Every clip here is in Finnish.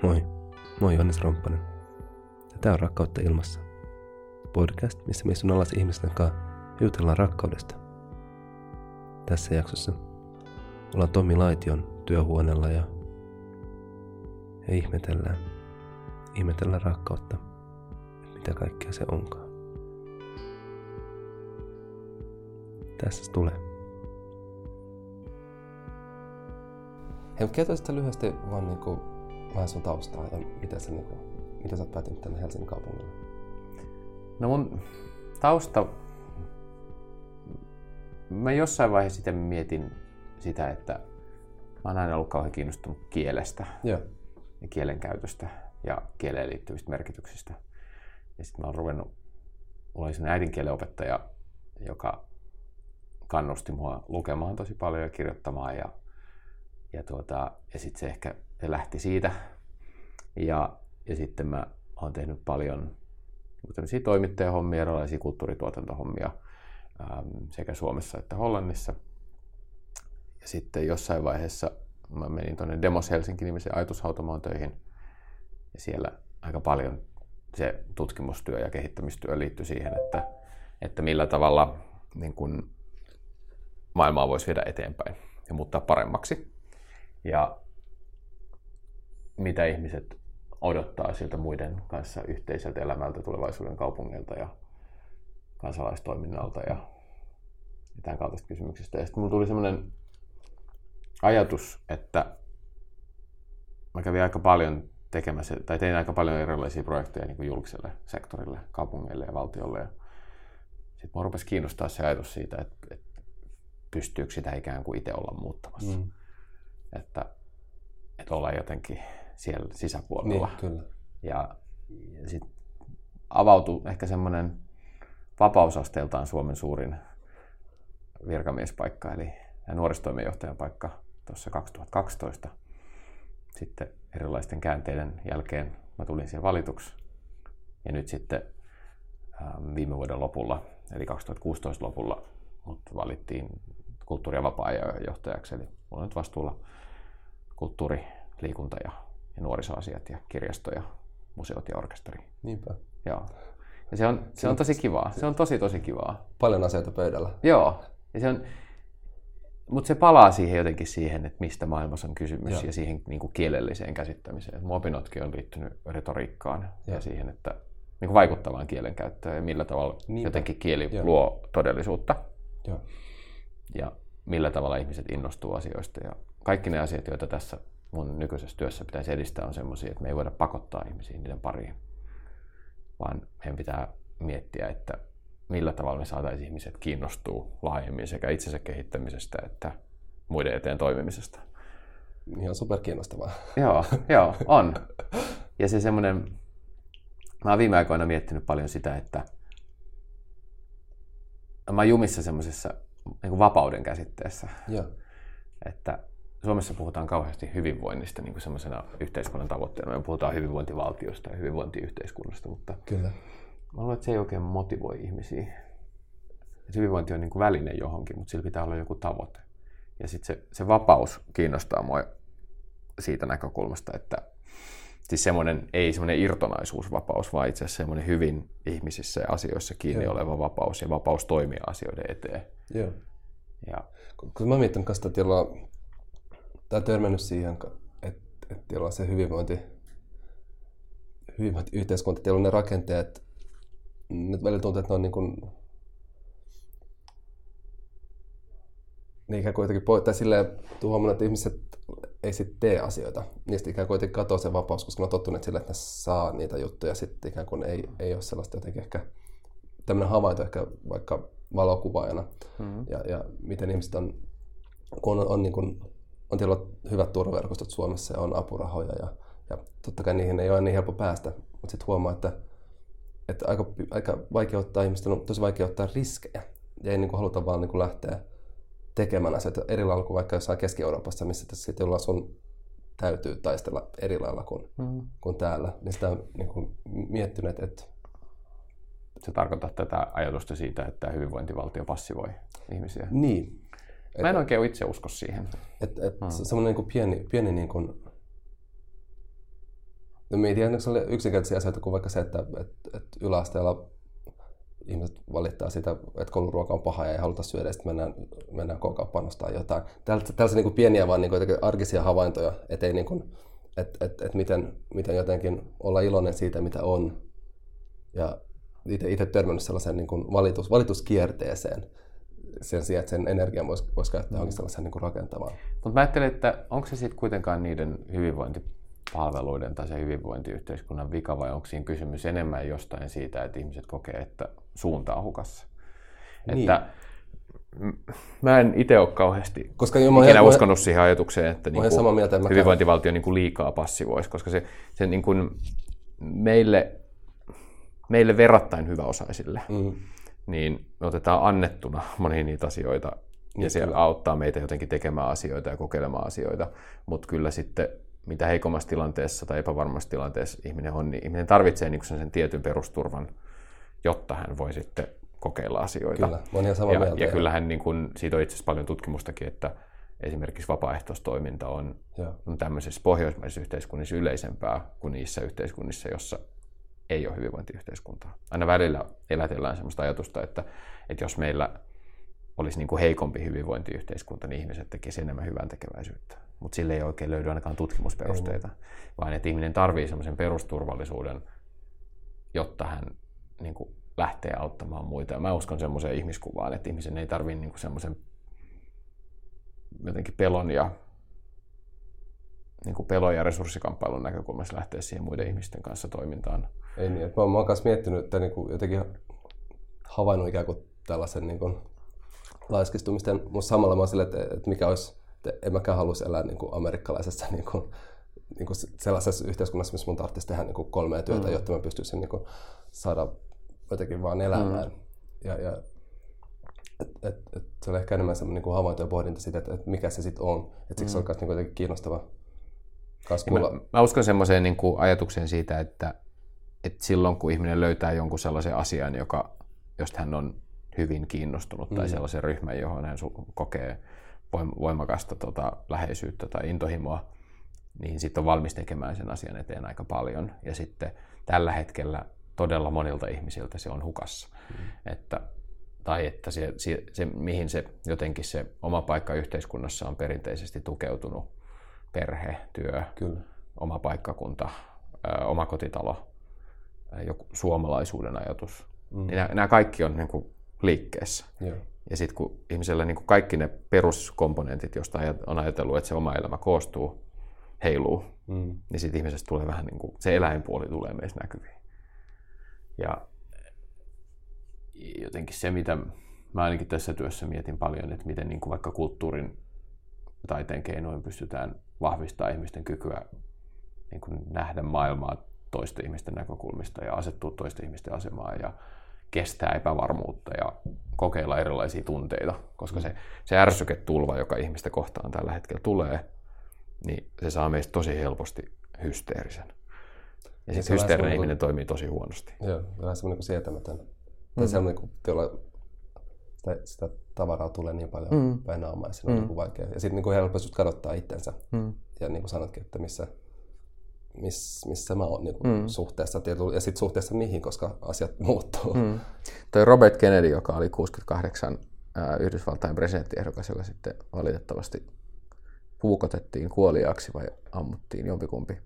Moi, mä oon Johannes Romppanen. Ja tää on Rakkautta ilmassa. Podcast, missä me istun alas ihmisten kanssa jutellaan rakkaudesta. Tässä jaksossa ollaan Tommi Laition työhuoneella ja ihmetellään rakkautta, mitä kaikkea se onkaan. Tässä se tulee. Hei, kertois sitä lyhyesti vaan vähän sun taustaa ja mitä sä oot päätynyt tänne Helsingin kaupungille? No mun tausta, mä jossain vaiheessa sitten mietin sitä, että mä oon aina ollut kauhean kiinnostunut kielestä ja kielenkäytöstä ja kieleen liittyvistä merkityksistä. Ja sitten mä oon ruvennut, mulla oli sellainen äidinkielen opettaja, joka kannusti mua lukemaan tosi paljon ja kirjoittamaan ja sitten se lähti siitä. Ja sitten mä oon tehnyt paljon tämmöisiä toimittajahommia, erilaisia kulttuurituotantohommia sekä Suomessa että Hollannissa. Ja sitten jossain vaiheessa mä menin tuonne Demos Helsinki-nimiseen ajatushautomoon töihin. Ja siellä aika paljon se tutkimustyö ja kehittämistyö liittyi siihen, että millä tavalla niin kun maailmaa voisi viedä eteenpäin ja muuttaa paremmaksi. Ja mitä ihmiset odottaa siltä muiden kanssa yhteiseltä elämältä, tulevaisuuden kaupungilta ja kansalaistoiminnalta ja tämän kaltaisista kysymyksistä. Ja sitten mulla tuli semmoinen ajatus, että mä kävin aika paljon tekemässä, tai tein aika paljon erilaisia projekteja niin kuin julkiselle sektorille, kaupungeille ja valtiolle. Ja sitten mua rupesi kiinnostaa se ajatus siitä, että pystyykö sitä ikään kuin itse olla muuttamassa. Että olla jotenkin siellä sisäpuolella. Niin, kyllä. Ja sitten avautui ehkä semmoinen vapausasteeltaan Suomen suurin virkamiespaikka, eli nuorisotoimenjohtajan paikka tuossa 2012. Sitten erilaisten käänteiden jälkeen mä tulin siihen valituksi. Ja nyt sitten viime vuoden lopulla, eli 2016 lopulla, mut valittiin kulttuuri- ja vapaa-ajan johtajaksi. Eli mulla on nyt vastuulla kulttuuri, liikunta ja nuorisoasiat ja kirjasto ja museot ja orkesteri. Niinpä. Joo. Ja se on tosi kivaa. Se on tosi kivaa. Paljon asioita pöydällä. Joo. Mutta se palaa jotenkin siihen, että mistä maailmassa on kysymys ja siihen niin kuin kielelliseen käsittämiseen. Mun opinnotkin on liittynyt retoriikkaan ja siihen, että niin kuin vaikuttavaan kielenkäyttöön ja millä tavalla jotenkin kieli luo todellisuutta. Joo. Ja millä tavalla ihmiset innostuu asioista. Ja kaikki ne asiat, joita tässä mun nykyisessä työssä pitäisi edistää, on sellaisia, että me ei voida pakottaa ihmisiä niiden pariin, vaan meidän pitää miettiä, että millä tavalla me saataisiin ihmiset kiinnostua laajemmin sekä itsensä kehittämisestä että muiden eteen toimimisesta. Ihan superkiinnostavaa. Joo, on. Ja se semmoinen, mä oon viime aikoina miettinyt paljon sitä, että mä oon jumissa semmoisessa niin kuin vapauden käsitteessä. Joo. Että Suomessa puhutaan kauheasti hyvinvoinnista niin kuin semmoisena yhteiskunnan tavoitteena. Me puhutaan hyvinvointivaltiosta ja hyvinvointiyhteiskunnasta, mutta kyllä. Mä luulen, että se ei oikein motivoi ihmisiä. Et hyvinvointi on niin kuin väline johonkin, mutta sillä pitää olla joku tavoite. Ja sitten se vapaus kiinnostaa mua siitä näkökulmasta, että siis ei semmoinen irtonaisuusvapaus, vaan itse asiassa semmoinen hyvin ihmisissä ja asioissa kiinni oleva vapaus ja vapaus toimia asioiden eteen. Joo. Ja kun mä mietin kanssa, että tää on törmännyt siihen, että on se hyvinvointiyhteiskunta, että on ne rakenteet, nyt välillä tuntuu, että ne on niin kuin ne ikään kuin jotenkin tai silleen huomannut, että ihmiset ei sitten tee asioita. Niistä ikään kuin jotenkin katoaa se vapaus, koska ne on tottuneet sille, että ne saa niitä juttuja. Sitten ikään kuin ei ole sellaista jotenkin ehkä tämmöinen havainto ehkä vaikka valokuvaajana. Ja miten ihmiset on, kun on, niin kuin, on tietyllä hyvät turvaverkostot Suomessa ja on apurahoja ja totta kai niihin ei ole niin helppo päästä. Mutta sitten huomaa, että aika vaikea ottaa ihmisten on tosi vaikea ottaa riskejä. Ja ei niin kuin haluta vaan niin kuin lähteä tekemään asioita eri lailla kuin vaikka jossain Keski-Euroopassa, missä tässä sitten jollain sun täytyy taistella eri lailla kuin täällä. Niin sitä on niin kuin miettinyt, että se tarkoittaa tätä ajatusta siitä, että hyvinvointivaltio passivoi ihmisiä. Niin. Mä en oikein itse usko siihen. Semmoinen niin kuin pieni niin kuin Mietin, että se oli yksinkertaisia asioita kuin vaikka se, että yläasteella ihmiset valittaa sitä, että kouluruoka on paha ja ei haluta syödä, ja sitten mennään K-kauppaan ostaa jotain. Tällaisia niin kuin pieniä vaan niin kuin arkisia havaintoja, ettei niin kuin, miten jotenkin olla iloinen siitä, mitä on. Ja itse törmännyt sellaiseen niin kuin valituskierteeseen sen sijaan, että sen energian voisi käyttää johonkin sellaiseen niin kuin rakentavaan. Mutta mä ajattelen, että onko se sitten kuitenkaan niiden hyvinvointipalveluiden tai se hyvinvointiyhteiskunnan vika, vai onko siinä kysymys enemmän jostain siitä, että ihmiset kokee, että suunta on hukassa? Niin. Että mä en itse ole kauheasti ikinä uskonut siihen ajatukseen, että niinku hyvinvointivaltio niinku liikaa passivoisi, koska se niinku meille verrattain hyväosaisille, niin me otetaan annettuna monia niitä asioita, ja se auttaa meitä jotenkin tekemään asioita ja kokeilemaan asioita, mutta kyllä sitten mitä heikommassa tilanteessa tai epävarmassa tilanteessa ihminen on, niin ihminen tarvitsee niin sen tietyn perusturvan, jotta hän voi sitten kokeilla asioita. Kyllä, mä oon ihan samaa mieltä. Ja kyllähän niin kun, siitä on itse asiassa paljon tutkimustakin, että esimerkiksi vapaaehtoistoiminta on tämmöisessä pohjoismaisessa yhteiskunnissa yleisempää kuin niissä yhteiskunnissa, jossa ei ole hyvinvointiyhteiskuntaa. Aina välillä elätellään sellaista ajatusta, että jos meillä olisi niin kuin heikompi hyvinvointiyhteiskunta, niin ihmiset tekisivät enemmän hyvän tekeväisyyttä. Mutta sille ei oikein löydy ainakaan tutkimusperusteita, vaan että ihminen tarvitsee semmoisen perusturvallisuuden, jotta hän niin kuin lähtee auttamaan muita. Ja mä uskon semmoiseen ihmiskuvaan, että ihmisen ei tarvitse niin kuin semmoisen jotenkin pelon ja resurssikamppailun näkökulmasta lähteä siihen muiden ihmisten kanssa toimintaan. Ei niin, että mä oon myös miettinyt, että niin jotenkin havainnut ikään kuin tällaisen niin kuin laiskistumisten, mutta samalla mä oon silleen, että mikä olisi, että en mäkään haluaisi elää niin kuin amerikkalaisessa niin kuin sellaisessa yhteiskunnassa, missä mun tarvitsisi tehdä niin kuin 3 työtä, jotta mä pystyisin niin kuin saada jotenkin vaan elämään. Ja se oli ehkä enemmän semmoinen niin havainto ja pohdinta siitä, että mikä se sitten on. Että siksi on myös niin jotenkin kiinnostava kuulla. Mä uskon semmoiseen niin kuin ajatukseen siitä, että silloin kun ihminen löytää jonkun sellaisen asian, josta hän on hyvin kiinnostunut tai sellaisen ryhmän, johon hän kokee voimakasta läheisyyttä tai intohimoa, niin sitten on valmis tekemään sen asian eteen aika paljon. Ja sitten tällä hetkellä todella monilta ihmisiltä se on hukassa. Tai että se, mihin se jotenkin se oma paikka yhteiskunnassa on perinteisesti tukeutunut, perhe, työ, oma paikkakunta, oma kotitalo, joku suomalaisuuden ajatus. Niin nämä kaikki on niin kuin liikkeessä. Ja sitten kun ihmisellä niin kuin kaikki ne peruskomponentit, joista on ajatellut, että se oma elämä koostuu, heiluu, niin sitten ihmisestä tulee vähän niin kuin, se eläinpuoli tulee meissä näkyviin. Ja jotenkin se, mitä mä ainakin tässä työssä mietin paljon, että miten niin kuin vaikka kulttuurin taiteen keinoin pystytään vahvistamaan ihmisten kykyä niin kuin nähdä maailmaa toisten ihmisten näkökulmista ja asettua toisten ihmisten asemaan ja kestää epävarmuutta ja kokeilla erilaisia tunteita, koska se ärsyketulva, joka ihmistä kohtaan tällä hetkellä tulee, niin se saa meistä tosi helposti hysteerisen. Ja sitten hysteerinen ihminen toimii tosi huonosti. Joo, vähän semmoinen kuin sietämätön. Tai semmoinen kuin sitä tavaraa tulee niin paljon päin naamaa, ja siinä on niin vaikea. Ja sitten niin helppo just kadottaa itsensä. Ja niin kuin sanotkin, että missä mä oon niin suhteessa, ja sitten suhteessa mihin, koska asiat muuttuu. Toi Robert Kennedy, joka oli 68 Yhdysvaltain presidenttiehdokas, joka sitten valitettavasti puukotettiin kuoliaaksi vai ammuttiin jompikumpi,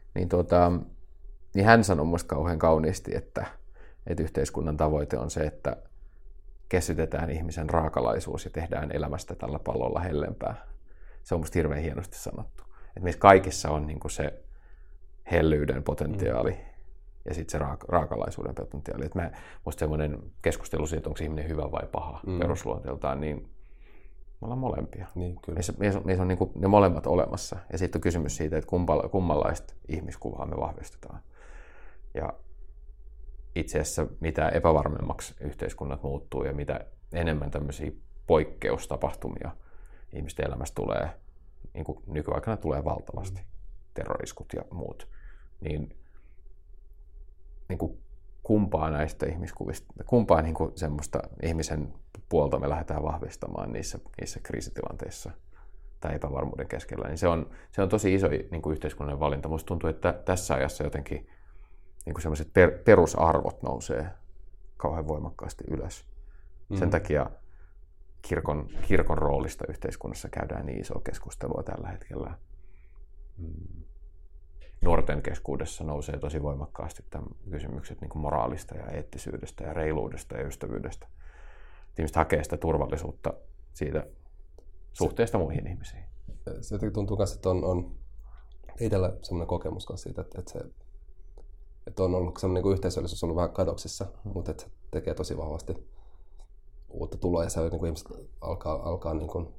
niin hän sanoi musta kauhean kauniisti, että yhteiskunnan tavoite on se, että kesytetään ihmisen raakalaisuus ja tehdään elämästä tällä pallolla hellempää. Se on musta hirveän hienosti sanottu. Että meissä kaikissa on niinku se hellyyden potentiaali ja sitten se raakalaisuuden potentiaali. Että musta semmoinen keskustelu siitä, onko ihminen hyvä vai paha perusluonteeltaan, niin me ollaan molempia. Niin, kyllä. Meissä on niinku ne molemmat olemassa. Ja sitten on kysymys siitä, että kummanlaista ihmiskuvaa me vahvistetaan. Ja itse asiassa mitä epävarmemmaksi yhteiskunnat muuttuu ja mitä enemmän tämmöisiä poikkeustapahtumia ihmisten elämässä tulee, niin kuin nykyaikana tulee valtavasti, terroriskut ja muut, niin kuin kumpaa näistä ihmiskuvista, kumpaa niin kuin semmoista ihmisen puolta me lähdetään vahvistamaan niissä kriisitilanteissa, tai epävarmuuden keskellä, niin se on tosi iso niin kuin yhteiskunnallinen valinta. Musta tuntuu, että tässä ajassa jotenkin niin kuin sellaiset perusarvot nousee kauhean voimakkaasti ylös. Sen takia kirkon roolista yhteiskunnassa käydään niin isoa keskustelua tällä hetkellä. Nuorten keskuudessa nousee tosi voimakkaasti tämän kysymykset niin kuin moraalista ja eettisyydestä ja reiluudesta ja ystävyydestä. Ihmiset hakee sitä turvallisuutta siitä suhteesta muihin ihmisiin. Se jotenkin tuntuu myös, että on itsellä sellainen kokemus siitä, että on ollut sellainen niin yhteisöllisyys ollut vähän kadoksissa, mutta että se tekee tosi vahvasti uutta tuloa ja se niin kuin ihmiset alkaa niin kuin,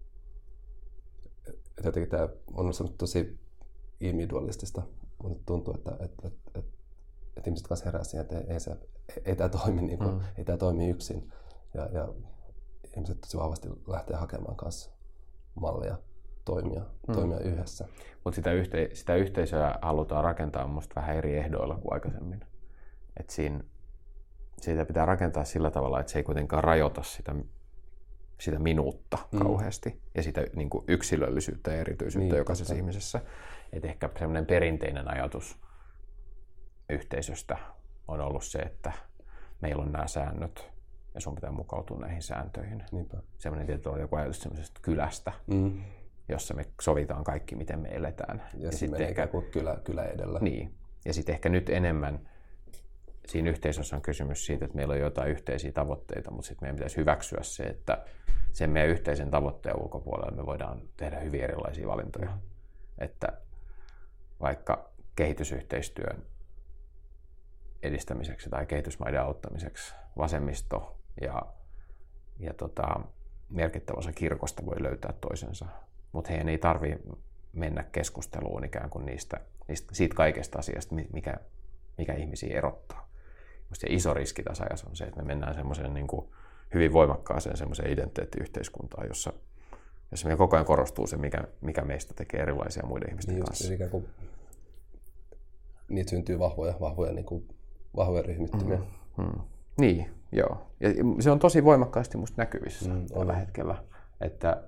että jotenkin tämä on ollut tosi individualistista, mutta tuntuu, että ihmiset kanssa herää siihen, että ei tämä toimi, niin kuin, ei tämä toimi yksin. Ja ihmiset tosi vahvasti lähtee hakemaan kanssa mallia toimia yhdessä. Mutta sitä yhteisöä halutaan rakentaa musta vähän eri ehdoilla kuin aikaisemmin. Et siitä pitää rakentaa sillä tavalla, että se ei kuitenkaan rajoita sitä minuutta kauheasti ja sitä niin kuin yksilöllisyyttä ja erityisyyttä jokaisessa ihmisessä. Et ehkä semmoinen perinteinen ajatus yhteisöstä on ollut se, että meillä on nämä säännöt ja sun pitää mukautua näihin sääntöihin. Niinpä. Semmoinen tietyllä joku ajatus semmoisesta kylästä, jossa me sovitaan kaikki, miten me eletään. Ja sitten ehkä kylä edellä. Niin. Ja sitten ehkä nyt enemmän siinä yhteisössä on kysymys siitä, että meillä on jotain yhteisiä tavoitteita, mutta sitten meidän pitäisi hyväksyä se, että sen meidän yhteisen tavoitteen ulkopuolella me voidaan tehdä hyvin erilaisia valintoja. Että vaikka kehitysyhteistyön edistämiseksi tai kehitysmaiden auttamiseksi vasemmisto ja merkittävä osa kirkosta voi löytää toisensa, mutta heidän ei tarvitse mennä keskusteluun ikään kuin siitä kaikesta asiasta, mikä ihmisiä erottaa. Se iso riski tässä ajassa on se, että me mennään semmoiseen niin kuin hyvin voimakkaaseen semmoiseen identiteettiyhteiskuntaan, jossa meillä koko ajan korostuu se, mikä meistä tekee erilaisia muiden ihmisten kanssa. Ikään kuin niitä syntyy vahvoja ryhmittymiä. Niin, joo. Ja se on tosi voimakkaasti musta näkyvissä tällä hetkellä, että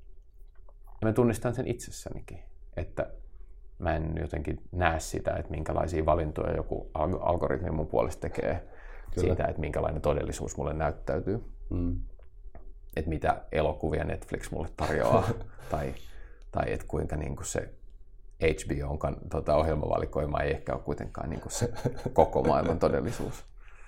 mä tunnistan sen itsessänikin, että mä en jotenkin näe sitä, että minkälaisia valintoja joku algoritmi mun puolesta tekee siitä, että minkälainen todellisuus mulle näyttäytyy. Että mitä elokuvia Netflix mulle tarjoaa tai että kuinka niinku se HBO:n ohjelmavalikoima ei ehkä ole kuitenkaan niinku se koko maailman todellisuus.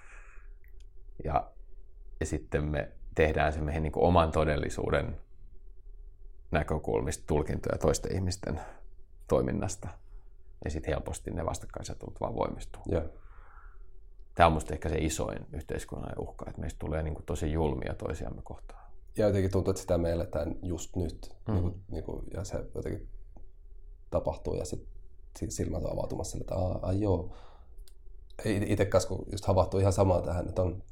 Ja sitten me tehdään se meidän niinku oman todellisuuden näkökulmista tulkintoja toisten ihmisten toiminnasta. Ja sitten helposti ne vastakkaisetut vaan voimistuu. Yeah. Tämä on musta ehkä se isoin yhteiskunnallinen uhka, että meistä tulee niinku tosi julmia toisiamme kohtaan. Ja jotenkin tuntuu, että sitä me eletään just nyt. Ja se jotenkin tapahtuu ja sitten silmät on avautumassa, että joo. Itse kanssa kun just havahtuu ihan samaa tähän, että on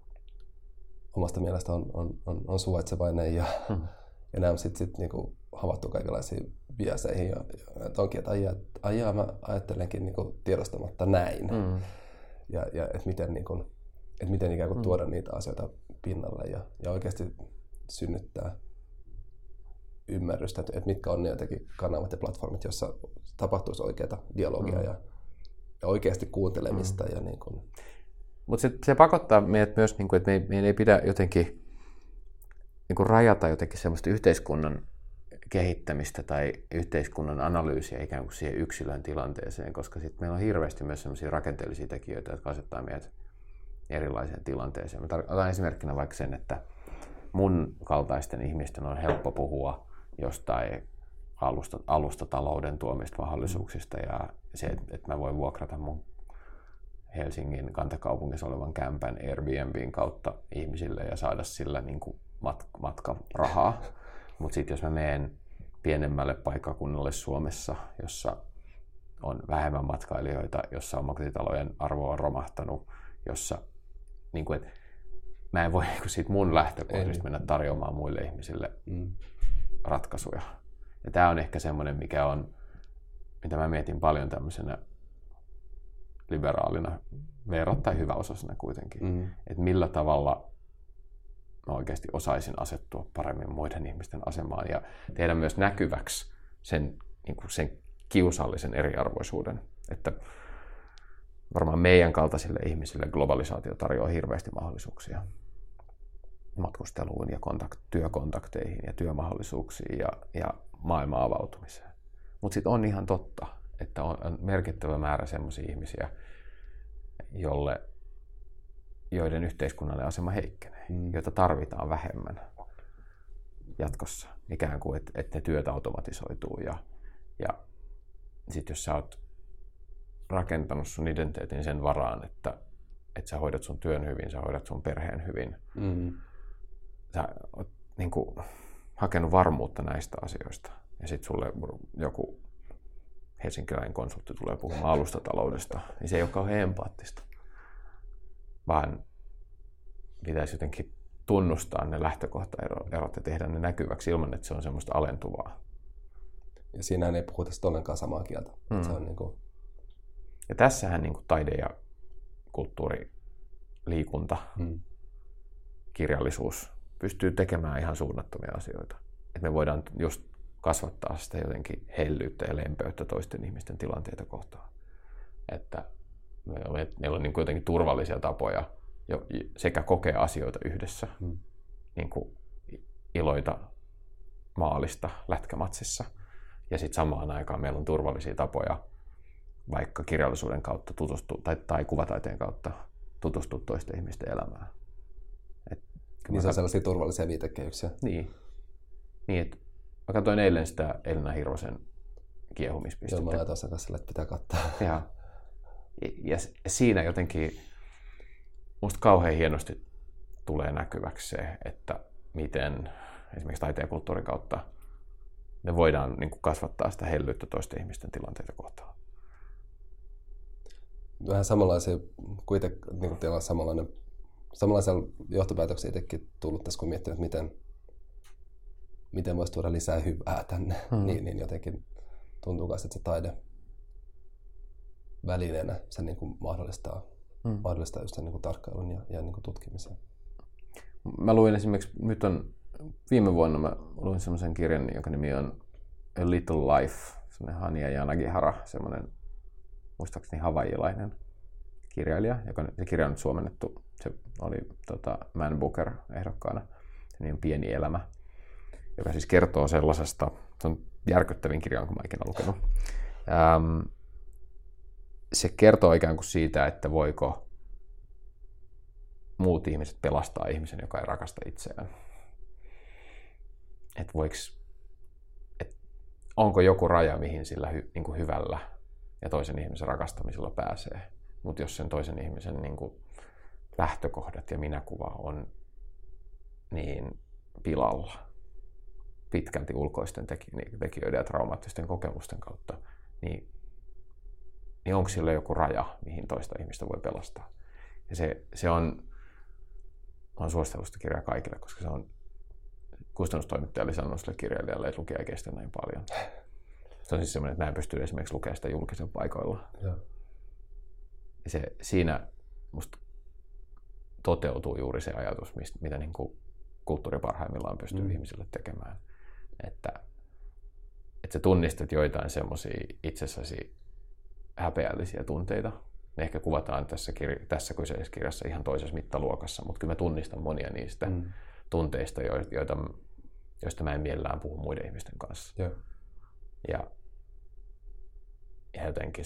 omasta mielestä on suvaitsevainen ja nämä on sitten niinku havaittu kaikenlaisiin biaseihin ja onkin, että mä ajattelenkin niinku tiedostamatta näin. Ja että miten ikään kuin tuoda niitä asioita pinnalle ja oikeasti synnyttää ymmärrystä, että mitkä on ne jotenkin kanavat ja platformit, joissa tapahtuisi oikeaa dialogia ja oikeasti kuuntelemista. Mutta se pakottaa meidät myös, että meidän ei pidä jotenkin rajata jotenkin semmoista yhteiskunnan kehittämistä tai yhteiskunnan analyysiä ikään kuin siihen yksilön tilanteeseen, koska sitten meillä on hirveästi myös semmoisia rakenteellisia tekijöitä, jotka asettaa meidät erilaiseen tilanteeseen. Mä otan esimerkkinä vaikka sen, että mun kaltaisten ihmisten on helppo puhua jostain alustatalouden tuomista mahdollisuuksista ja se, että mä voin vuokrata mun Helsingin kantakaupungissa olevan kämpän Airbnbin kautta ihmisille ja saada sillä niin kuin matkarahaa. Mutta sitten jos mä menen pienemmälle paikkakunnalle Suomessa, jossa on vähemmän matkailijoita, jossa omakotitalojen arvo on romahtanut, jossa niin kuin, mä en voi siitä mun lähtökohdista mennä tarjoamaan muille ihmisille ratkaisuja. Ja tää on ehkä semmoinen, mitä mä mietin paljon tämmöisenä liberaalina verrattain hyväosaisena kuitenkin. Että millä tavalla mä oikeasti osaisin asettua paremmin muiden ihmisten asemaan ja tehdä myös näkyväksi sen, niin kuin sen kiusallisen eriarvoisuuden. Että varmaan meidän kaltaisille ihmisille globalisaatio tarjoaa hirveästi mahdollisuuksia matkusteluun ja työkontakteihin ja työmahdollisuuksiin ja maailman avautumiseen. Mutta sitten on ihan totta, että on merkittävä määrä sellaisia ihmisiä, joiden yhteiskunnallinen asema heikkenee, joita tarvitaan vähemmän jatkossa. Ikään kuin, että ne työt automatisoituu. Ja sitten jos sä oot rakentanut sun identiteetin sen varaan, että sä hoidat sun työn hyvin, sä hoidat sun perheen hyvin, sä oot niin kuin hakenut varmuutta näistä asioista. Ja sitten sulle joku helsinkiläinen konsultti tulee puhumaan alustataloudesta, niin se ei ole kauhean empaattista. Vaan pitäisi jotenkin tunnustaa ne lähtökohtaerot ja tehdä ne näkyväksi ilman, että se on semmoista alentuvaa. Ja siinä ei puhuta sitten ollenkaan samaa kieltä. Se on niin kuin... Ja tässähän niin kuin taide ja kulttuuri, liikunta, kirjallisuus pystyy tekemään ihan suunnattomia asioita. Et me voidaan just kasvattaa sitä jotenkin hellyyttä ja lempeyttä toisten ihmisten tilanteita kohtaan. Että meillä on niin kuin jotenkin turvallisia tapoja sekä kokea asioita yhdessä, niin kuin iloita maalista lätkämatsissa, ja sitten samaan aikaan meillä on turvallisia tapoja vaikka kirjallisuuden kautta tutustua tai kuvataiteen kautta tutustua toisten ihmisten elämään. Niin se on sellaisia turvallisia viitekehyksiä. Niin, että mä katsoin eilen sitä Elina Hirvosen kiehumispistettä. Joo, mä laitoin sen kanssa, että pitää katsoa. Ja siinä jotenkin musta kauhean hienosti tulee näkyväksi se, että miten esimerkiksi taiteen ja kulttuurin kautta me voidaan niin kuin kasvattaa sitä hellyyttä toisten ihmisten tilanteita kohtaan. Vähän samanlaisia, kuitenkin niin teillä on samanlaisia johtopäätöksiä itsekin tullut tässä, kun miettinyt, miten voisi tuoda lisää hyvää tänne. Niin jotenkin tuntuu myös, että se taide välineenä se niin kuin mahdollistaa just sen niin kuin tarkkailun ja niin kuin tutkimisen. Mä luin esimerkiksi, viime vuonna mä luin semmoisen kirjan, jonka nimi on A Little Life, semmoinen Hania Yanagihara, semmoinen muistaakseni hawaiilainen kirjailija, se kirja on nyt suomennettu, se oli Man Booker ehdokkaana, se nimi on Pieni elämä, joka siis kertoo sellaisesta, se on järkyttävin kirja, jonka mä ikinä lukenut. Se kertoo ikään kuin siitä, että voiko muut ihmiset pelastaa ihmisen, joka ei rakasta itseään. Että onko joku raja, mihin sillä niin kuin hyvällä ja toisen ihmisen rakastamisella pääsee. Mutta jos sen toisen ihmisen niin kuin lähtökohdat ja minäkuva on niin pilalla pitkälti ulkoisten tekijöiden ja traumaattisten kokemusten kautta, niin onko sillä joku raja, mihin toista ihmistä voi pelastaa. Ja se on suositellusta kirjaa kaikille, koska se on kustannustoimittaja oli sanonut sille kirjailijalle, että lukija ei kestä näin paljon. Se on siis semmoinen, että mä en pysty esimerkiksi lukemaan sitä julkisen paikoilla. Ja siinä musta toteutuu juuri se ajatus, mitä niin kuin kulttuuri parhaimmillaan pystyy ihmisille tekemään. Että sä tunnistat joitain semmoisia itsessäsi häpeällisiä tunteita. Ne ehkä kuvataan tässä kyseisessä kirjassa ihan toisessa mittaluokassa, mutta kyllä mä tunnistan monia niistä tunteista, joista mä en mielellään puhu muiden ihmisten kanssa. Yeah. Ja jotenkin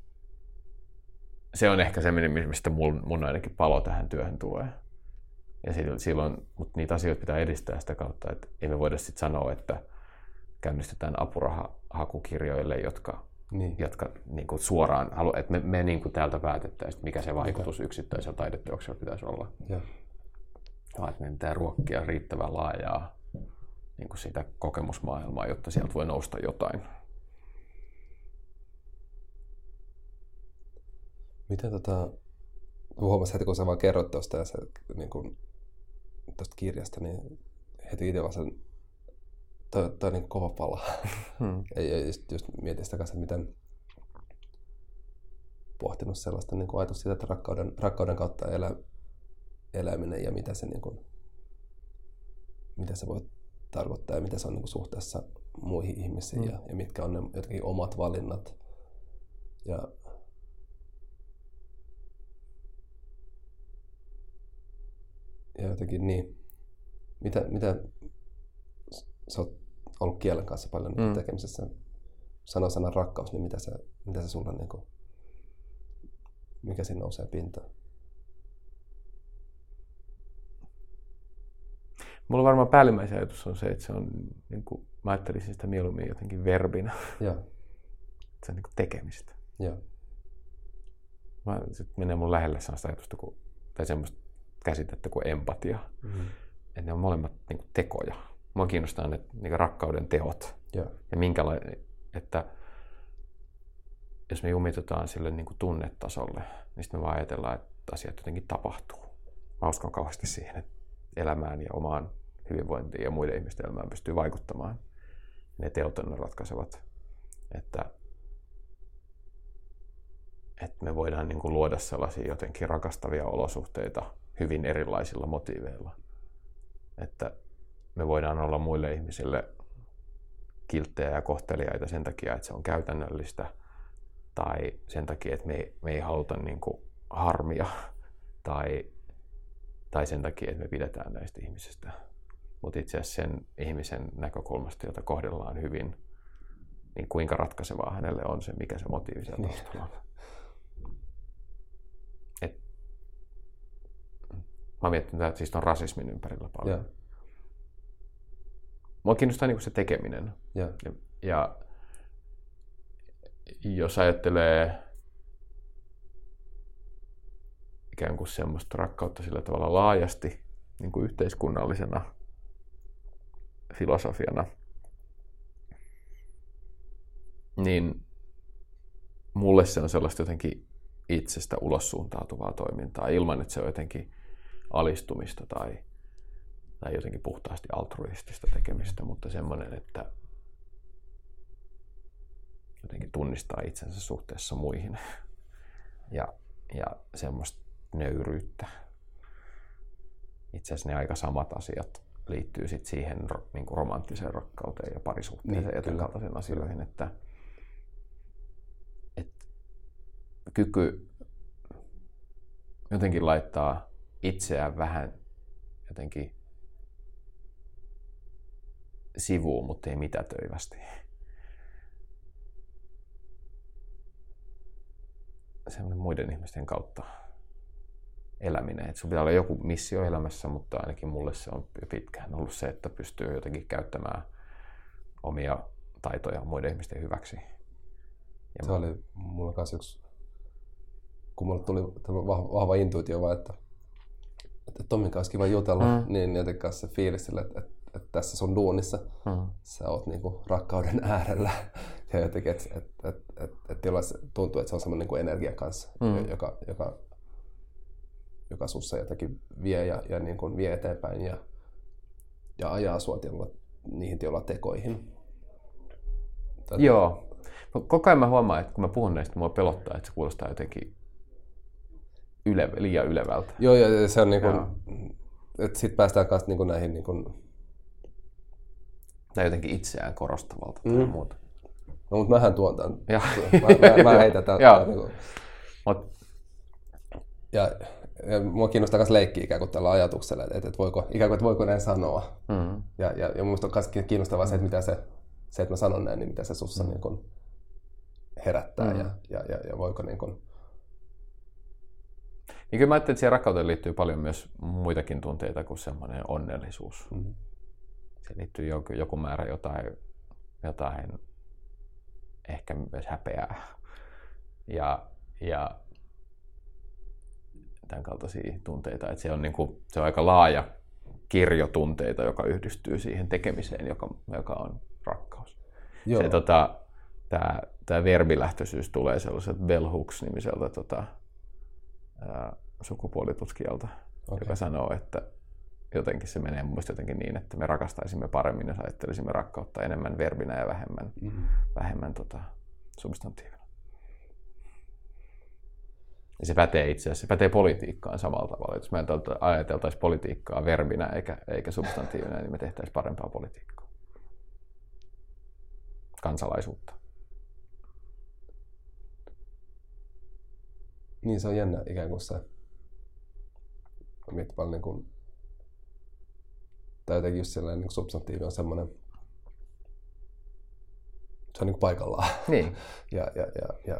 se on ehkä se, mistä mun ainakin palo tähän työhön tulee. Ja silloin, mutta niitä asioita pitää edistää sitä kautta, että ei me voida sitten sanoa, että käynnistetään apurahahakukirjoille, jotka niin kuin suoraan että me niin kuin täältä päätettäisiin, mikä se vaikutus yksittäisellä taideteoksella pitäisi olla. Vaan että meidän pitää ruokkia riittävän laajaa niin kuin sitä kokemusmaailmaa, jotta sieltä voi nousta jotain. Miten huomasin heti, kun sä vaan kerroit tuosta niin kirjasta, niin heti itse vaan sen toi niin kova pala. Ja just mietin sitä kanssa, että miten pohtinut sellaista niin ajatus siitä, että rakkauden kautta eläminen ja mitä se niin kuin, mitä se voi tarkoittaa ja mitä se on niin kuin suhteessa muihin ihmisiin ja mitkä on ne jotenkin omat valinnat. Ja jotenkin niin, mitä sä oot ollut kielen kanssa paljon niin tekemisessä, sanoo sanan rakkaus, niin mitä se sulla niin kuin, mikä siinä nousee pintaan? Mulla varmaan päällimmäisen ajatus on se, että se on, niin kuin, mä ajattelisin sitä mieluummin jotenkin verbinä. Joo. Se on niin kuin tekemistä. Joo. Sitten menee mun lähelle sellaista ajatusta tai semmoista käsitettä kuin empatia. Että ne on molemmat niin kuin tekoja. Mua kiinnostaa ne niin kuin rakkauden teot. Joo. Ja minkälainen, että jos me jumitutaan sille niin kuin tunnetasolle, niin sitten me vaan ajatellaan, että asiat jotenkin tapahtuu. Mä uskon kauheasti siihen, että elämään ja omaan hyvinvointiin ja muiden ihmisten elämään pystyy vaikuttamaan. Ne teot on ratkaisevat, että me voidaan niin kuin luoda sellaisia jotenkin rakastavia olosuhteita hyvin erilaisilla motiiveilla. Että me voidaan olla muille ihmisille kilttejä ja kohteliaita sen takia, että se on käytännöllistä, tai sen takia, että me ei haluta niin kuin harmia, tai sen takia, että me pidetään näistä ihmisistä. Mutta itse asiassa sen ihmisen näkökulmasta, jota kohdellaan hyvin, niin kuinka ratkaisevaa hänelle on se, mikä se motiivi siellä taustalla on. Mä oon miettinyt, että siis on rasismin ympärillä paljon. Yeah. Mua kiinnostaa niin se tekeminen. Yeah. Ja jos ajattelee ikään kuin semmoista rakkautta sillä tavalla laajasti niin kuin yhteiskunnallisena filosofiana, niin mulle se on sellaista jotenkin itsestä ulos suuntautuvaa toimintaa ilman, että se on jotenkin alistumista tai jotenkin puhtaasti altruistista tekemistä, mutta semmoinen, että jotenkin tunnistaa itsensä suhteessa muihin ja semmoista nöyryyttä. Itse asiassa ne aika samat asiat liittyy sit siihen niin kuin romanttiseen rakkauteen ja parisuhteeseen ja tämän kaltaisiin asioihin, että kyky jotenkin laittaa itseään vähän jotenkin sivuun, mutta ei mitätöivästi. Semmoinen muiden ihmisten kautta eläminen. Että sun pitää olla joku missio elämässä, mutta ainakin mulle se on jo pitkään ollut se, että pystyy jotenkin käyttämään omia taitoja muiden ihmisten hyväksi. Ja se oli mulla kanssa yksi, kun mulle tuli vahva intuitio vaan, että Tommin kanssa kiva jutella, niin jotenkin kanssa se fiilis sille, että tässä sun duunissa sä oot niinku rakkauden äärellä. Ja jotenkin, että tuntuu, että se on semmoinen niinku energia kanssa, joka sussa jotenkin vie ja niin kuin vie eteenpäin ja ajaa sua niihin tekoihin. Joo. Koko ajan mä huomaan, että kun mä puhun näistä, mua pelottaa, että se kuulostaa jotenkin liian ylevältä. Joo, ja se on niin kuin, että sit päästään kanssa niin kuin näihin niin kuin tai jotenkin itseään korostavalta tai muuta. No, mutta mähän tuon tämän. Mä heitän tämän. Niin ja mua kiinnostaa myös leikkiä ikään kuin tällä ajatuksella, että voiko näin sanoa. Ja mun mielestä on myös kiinnostavaa se, että mitä se, että mä sanon näin, niin mitä se sussa niin kuin herättää ja voiko niin kuin. Niin kyllä mä ajattelin, että siihen rakkauteen liittyy paljon myös muitakin tunteita kuin semmoinen onnellisuus. Se liittyy joku määrä jotain ehkä myös häpeää ja tämän kaltaisia tunteita. Että se on aika laaja kirjo tunteita, joka yhdistyy siihen tekemiseen, joka on rakkaus. Joo. Tämä verbilähtöisyys tulee sellaiselta Bell Hooks-nimiseltä sukupuolitutkijalta, joka sanoo, että jotenkin se menee mun mielestä jotenkin niin, että me rakastaisimme paremmin, jos ajattelisimme rakkautta enemmän verbinä ja vähemmän substantiivina. Ja se pätee itse asiassa, se pätee politiikkaan samalla tavalla. Jos me ajateltaisiin politiikkaa verbinä eikä substantiivina, niin me tehtäisiin parempaa politiikkaa. Kansalaisuutta. Niin se on jännä ikään kuin se. Mietin paljon niin kuin, tai jotenkin just sellainen niin substantiivi on semmoinen, se on niin kuin paikallaan. Niin. ja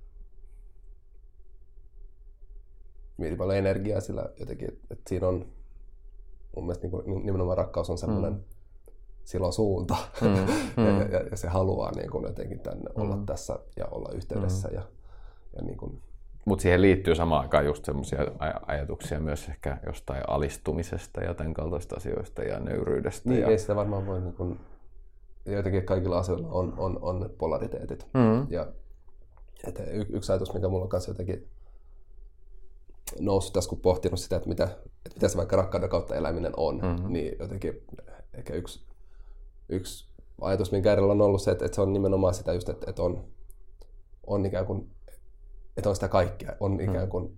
mietin paljon energiaa sillä jotenkin, että siinä on mun mielestä niin kuin, nimenomaan rakkaus on semmoinen, sillä on suunta ja se haluaa niin kuin jotenkin tänne olla tässä ja olla yhteydessä ja niin kuin. Mutta siihen liittyy samaan aikaan just semmoisia ajatuksia myös ehkä jostain alistumisesta ja tämän kaltaista asioista ja nöyryydestä. Niin, ei sitä varmaan voi, niin kun, jotenkin kaikilla asioilla on ne polariteetit. Ja että yksi ajatus, mikä mulla on kanssa jotenkin noussut tässä, kun pohtinut sitä, että mitä se vaikka rakkauden kautta eläminen on, niin jotenkin ehkä yksi ajatus, minkä äärellä on ollut se, että se on nimenomaan sitä just, että on ikään kuin että on sitä kaikkea, on ikään kuin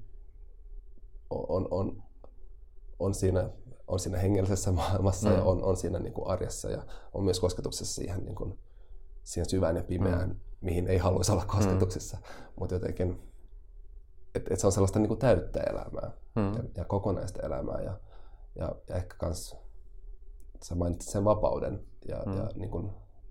on siinä hengellisessä maailmassa ja on siinä niin kuin arjessa ja on myös kosketuksessa siihen, niin kuin, siihen syvään ja pimeään, mihin ei haluaisi olla kosketuksessa, mutta jotenkin, että se on sellaista niin kuin täyttä elämää ja kokonaista elämää ja ehkä kans sä mainitsit sen vapauden ja niin kuin,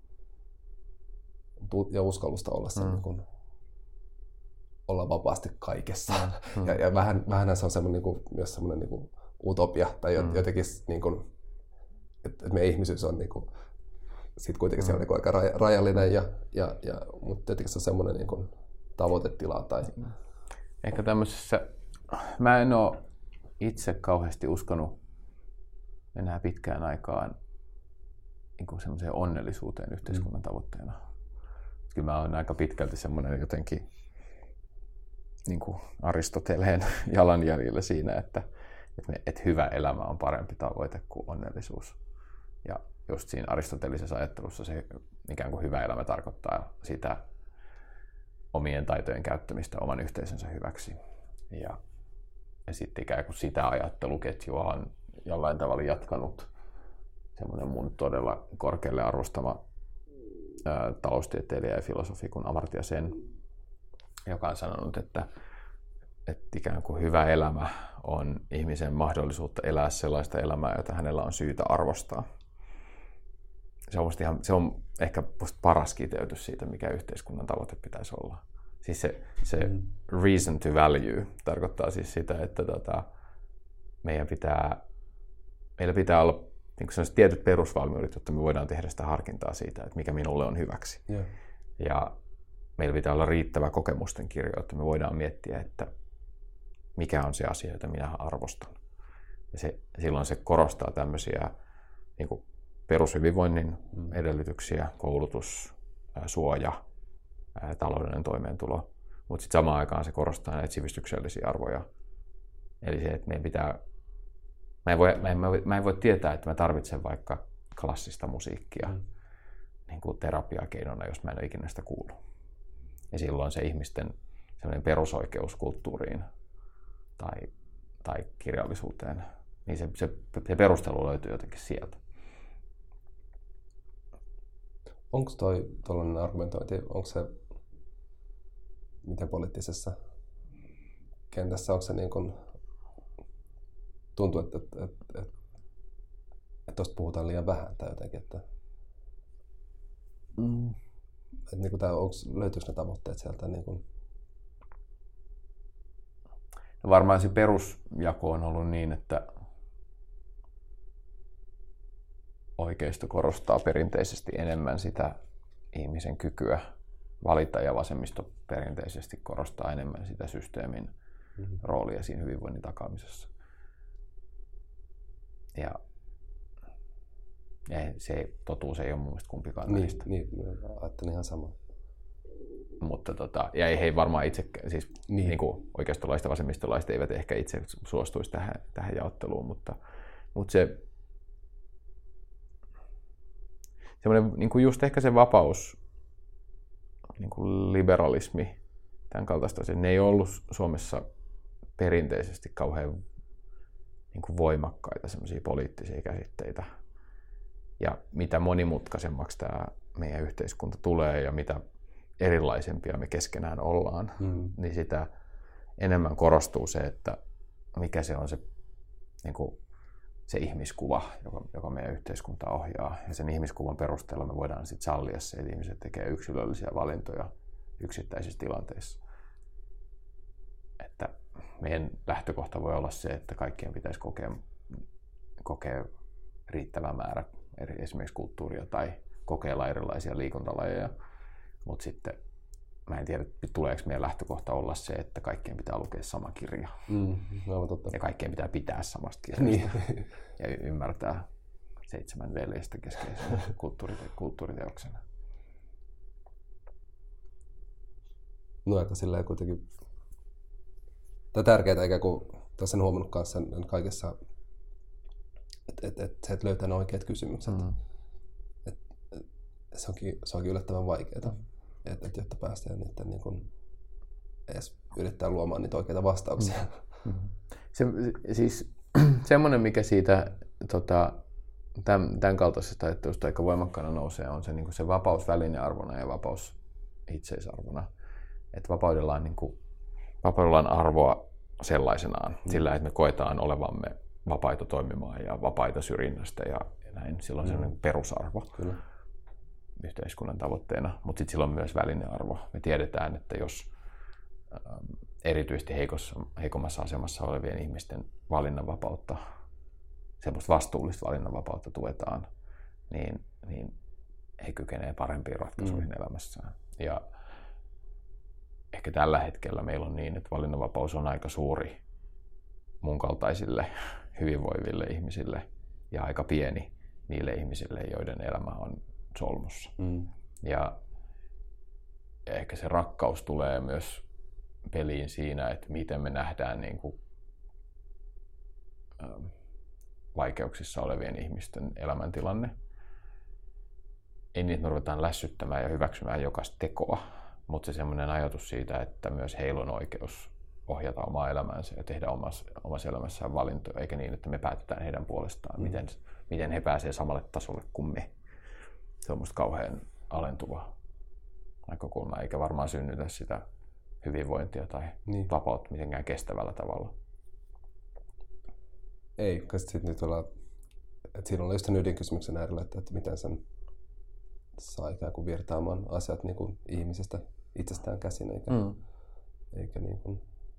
ja uskallusta olla sen niin kuin, olla vapaasti kaikessa. Ja vähän se on semmoinen, niin kuin, myös semmoinen niin kuin utopia tai jotenkin, niin kuin, että meidän ihmisyys on niin kuin, sit kuitenkin se on niin kuin aika rajallinen, mutta jotenkin se on semmoinen niin kuin tavoitetila. Tai. Ehkä tämmöisessä, mä en ole itse kauheasti uskonut enää pitkään aikaan niin kuin semmoiseen onnellisuuteen yhteiskunnan tavoitteena. Kyllä mä oon aika pitkälti semmoinen jotenkin niin kuin Aristoteleen jalanjäljellä siinä, että hyvä elämä on parempi tavoite kuin onnellisuus. Ja just siinä aristotelisessa ajattelussa se ikään kuin hyvä elämä tarkoittaa sitä omien taitojen käyttämistä oman yhteisönsä hyväksi. Ja sitten ikään kuin sitä ajatteluketjua on jollain tavalla jatkanut semmoinen mun todella korkealle arvostama taloustieteilijä ja filosofi kuin Amartya Sen, joka on sanonut, että ikään kuin hyvä elämä on ihmisen mahdollisuutta elää sellaista elämää, jota hänellä on syytä arvostaa. Se on ehkä paras kiteytys siitä, mikä yhteiskunnan tavoite pitäisi olla. Siis se reason to value tarkoittaa siis sitä, että meillä pitää olla niin sellaiset tietyt perusvalmiudet, jotta me voidaan tehdä sitä harkintaa siitä, että mikä minulle on hyväksi. Yeah. Ja meillä pitää olla riittävä kokemusten kirjo, että me voidaan miettiä, että mikä on se asia, jota minä arvostan. Ja silloin se korostaa tämmöisiä niin kuin perushyvinvoinnin edellytyksiä, koulutus, suoja, taloudellinen toimeentulo, mutta sitten samaan aikaan se korostaa näitä sivistyksellisiä arvoja. Eli se, että meidän pitää, mä en voi tietää, että mä tarvitsen vaikka klassista musiikkia niin kuin terapiakeinona, jos mä en ole ikinä sitä kuullut. Ja silloin se ihmisten sellainen perusoikeus kulttuuriin tai kirjallisuuteen, niin se perustelu löytyy jotenkin sieltä. Onko tuollainen argumentointi, onko se miten poliittisessa kentässä, onko se niin kuin, tuntuu, että tuosta puhutaan liian vähän tai jotenkin, että niin kuin löytyykö ne tavoitteet sieltä? Niin kuin? No varmaan se perusjako on ollut niin, että oikeisto korostaa perinteisesti enemmän sitä ihmisen kykyä valita ja vasemmisto perinteisesti korostaa enemmän sitä systeemin roolia siinä hyvinvoinnin takaamisessa. Ja se totuus ei ole mun mielestä kumpikaan näistä. Niin, ajattelin ihan sama. Mutta ja ei he varmaan itse, siis niin kuin oikeistolaiset ja vasemmistolaiset eivät ehkä itse suostuisi tähän jaotteluun, mutta se semmoinen niin kuin just ehkä se vapaus, niin kuin liberalismi tämän kaltaista asiaa. Ne ei ollut Suomessa perinteisesti kauhean niin kuin voimakkaita semmoisia poliittisia käsitteitä. Ja mitä monimutkaisemmaksi tämä meidän yhteiskunta tulee ja mitä erilaisempia me keskenään ollaan, niin sitä enemmän korostuu se, että mikä se on se, niin kuin se ihmiskuva, joka meidän yhteiskuntaa ohjaa. Ja sen ihmiskuvan perusteella me voidaan sitten sallia se, että ihmiset tekee yksilöllisiä valintoja yksittäisissä tilanteissa. Että meidän lähtökohta voi olla se, että kaikkien pitäisi kokea riittävä määrä esimerkiksi kulttuuria tai kokeilla erilaisia liikuntalajeja. Mutta sitten mä en tiedä, tuleeko meidän lähtökohta olla se, että kaikkien pitää lukea sama kirja. Totta. Ja kaikkien pitää pitää samasta kirjasta. Ja ymmärtää 7 veljestä keskeisenä kulttuuriteoksena. No aika silleen kuitenkin tärkeää, ikään kuin tässä on huomannut kanssa kaikessa, että et löytää ne oikeat kysymykset. Se onkin yllättävän vaikeaa, että jotta päästään niiden niin kuin edes yrittää luomaan niitä oikeita vastauksia. Siis semmoinen, mikä siitä tämän kaltaisesta ajattelusta aika voimakkaana nousee, on se, niin kuin se vapaus välinearvona ja vapaus itseisarvona. Että vapaudella on arvoa sellaisenaan, sillä että me koetaan olevamme vapaita toimimaan ja vapaita syrjinnästä ja näin. Silloin se on perusarvo yhteiskunnan tavoitteena, mutta sitten sillä on myös välinearvo. Me tiedetään, että jos erityisesti heikommassa asemassa olevien ihmisten valinnanvapautta, semmoista vastuullista valinnanvapautta tuetaan, niin he kykenevät parempiin ratkaisuihin elämässään. Ja ehkä tällä hetkellä meillä on niin, että valinnanvapaus on aika suuri mun kaltaisille hyvinvoiville ihmisille ja aika pieni niille ihmisille, joiden elämä on solmussa. Ja ehkä se rakkaus tulee myös peliin siinä, että miten me nähdään niin kuin, vaikeuksissa olevien ihmisten elämäntilanne. Ei niin, että me ruvetaan lässyttämään ja hyväksymään jokaista tekoa, mutta se semmoinen ajatus siitä, että myös heillä on oikeus ohjata omaa elämäänsä ja tehdä omassa elämässään valintoja, eikä niin, että me päätetään heidän puolestaan, miten he pääsevät samalle tasolle kuin me. Se on musta kauhean alentuva näkökulma, eikä varmaan synnytä sitä hyvinvointia tai vapautta mitenkään kestävällä tavalla. Ei, koska sitten nyt ollaan, että siinä on just sen ydinkysymyksen äärellä, että miten sen saa ikään kuin virtaamaan asiat niin kuin ihmisestä itsestään käsin, eikä niin kuin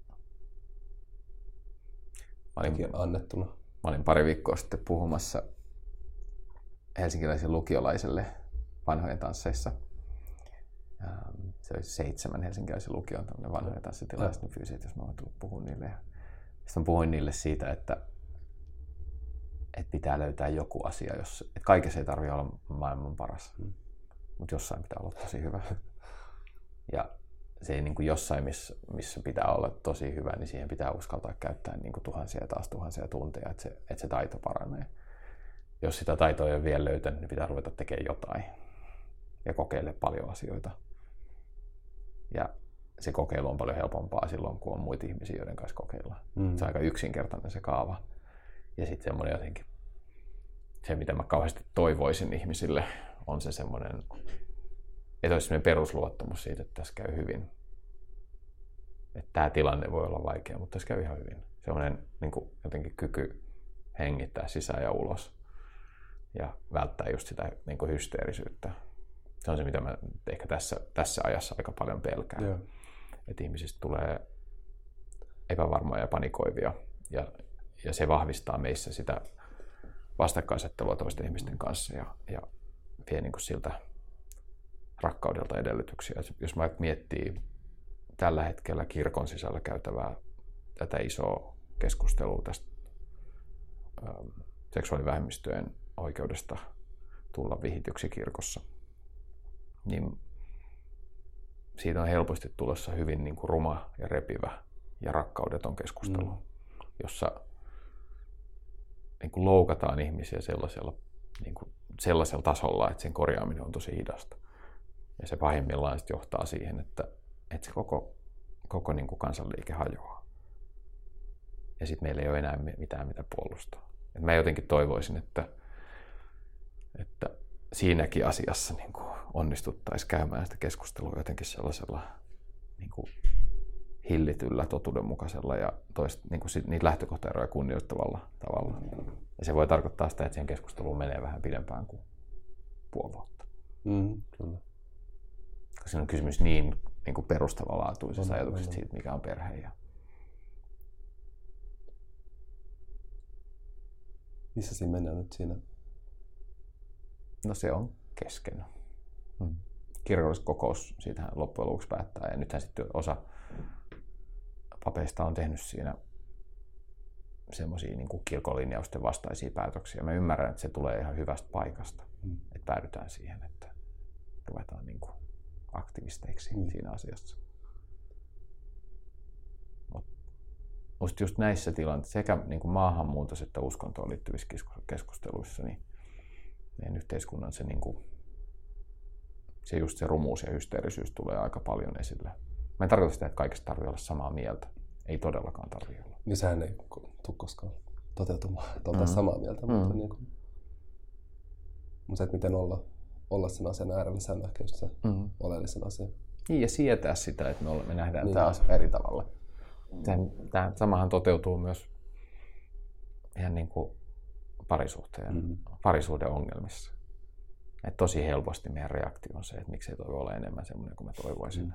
annettuna. Mä olin pari viikkoa sitten puhumassa helsinkiläisille lukiolaisille vanhojen tansseissa. Se oli 7 helsinkiläisen lukion tämmöinen vanhojen tanssitilaisuus, niin pyysin, jos mä voin tulla puhua niille. Sitten mä puhuin niille siitä, että pitää löytää joku asia, että kaikessa ei tarvitse olla maailman paras, mutta jossain pitää olla tosi hyvä. Ja se ei niin kuin jossain, missä pitää olla tosi hyvä, niin siihen pitää uskaltaa käyttää niin kuin tuhansia ja taas tuhansia tunteja, että se taito paranee. Jos sitä taitoa ei ole vielä löytänyt, niin pitää ruveta tekemään jotain ja kokeilla paljon asioita. Ja se kokeilu on paljon helpompaa silloin, kun on muita ihmisiä, joiden kanssa kokeillaan. Se on aika yksinkertainen se kaava. Ja sitten semmoinen jotenkin, se mitä mä kauheasti toivoisin ihmisille, on se semmoinen, että olisi semmoinen perusluottamus siitä, että tässä käy hyvin. Että tämä tilanne voi olla vaikea, mutta tässä käy ihan hyvin. Semmoinen niin kuin jotenkin kyky hengittää sisään ja ulos ja välttää just sitä niin kuin hysteerisyyttä. Se on se, mitä mä ehkä tässä ajassa aika paljon pelkään. Yeah. Että ihmisistä tulee epävarmoja ja panikoivia ja se vahvistaa meissä sitä vastakkainasettelua toisten ihmisten kanssa ja vie niin kuin siltä rakkaudelta edellytyksiä. Jos mä miettii tällä hetkellä kirkon sisällä käytävää tätä isoa keskustelua tästä seksuaalivähemmistöjen oikeudesta tulla vihityksi kirkossa, niin siitä on helposti tulossa hyvin niin kuin ruma ja repivä ja rakkaudeton keskustelu, jossa niin kuin loukataan ihmisiä sellaisella tasolla, että sen korjaaminen on tosi hidasta. Ja se pahimmillaan johtaa siihen, että se koko koko niin kuin kansanliike hajoaa. Ja sitten meillä ei ole enää mitään mitä puolustaa. Et mä jotenkin toivoisin, että siinäkin asiassa niin kuin onnistuttaisiin käymään sitä keskustelua jotenkin sellaisella niin kuin hillityllä, totuudenmukaisella ja niin kuin niitä lähtökohtaeroja kunnioittavalla tavalla. Ja se voi tarkoittaa sitä, että siihen keskusteluun menee vähän pidempään kuin puoli vuotta. Kyllä. Koska siinä on kysymys niin kuin perustavanlaatuisesta ajatuksesta siitä, mikä on perhe. Ja... Missä siinä mennään nyt siinä? No se on kesken. Kirkolliskokous siitähän loppujen lopuksi päättää. Ja nythän sitten osa papeista on tehnyt siinä semmoisia niin kuin kirkolinjausten vastaisia päätöksiä. Mä ymmärrän, että se tulee ihan hyvästä paikasta. Että päädytään siihen, että ruvetaan niin kuin aktivisteiksi siinä asiassa. Musta just näissä tilanteissa, sekä niin kuin maahanmuutos että uskontoon liittyvissä keskusteluissa, niin meidän yhteiskunnan se, niin kuin, se rumuus ja hysteerisyys tulee aika paljon esille. Mä en tarkoita sitä, että kaikista tarvitse olla samaa mieltä. Ei todellakaan tarvitse olla. Niin sehän ei tule koskaan toteutumaan, että oltaisiin samaa mieltä. Mutta, niin kuin, mutta se, että miten olla sen asian äärellä, se on ehkä just se oleellisen asia. Niin, ja sietää sitä, että me nähdään tämä asia eri tavalla. Tämä samahan toteutuu myös ihan niin kuin parisuhteen ongelmissa. Et tosi helposti meidän reaktio on se, että miksei toi ole enemmän semmoinen kuin mä toivoisin.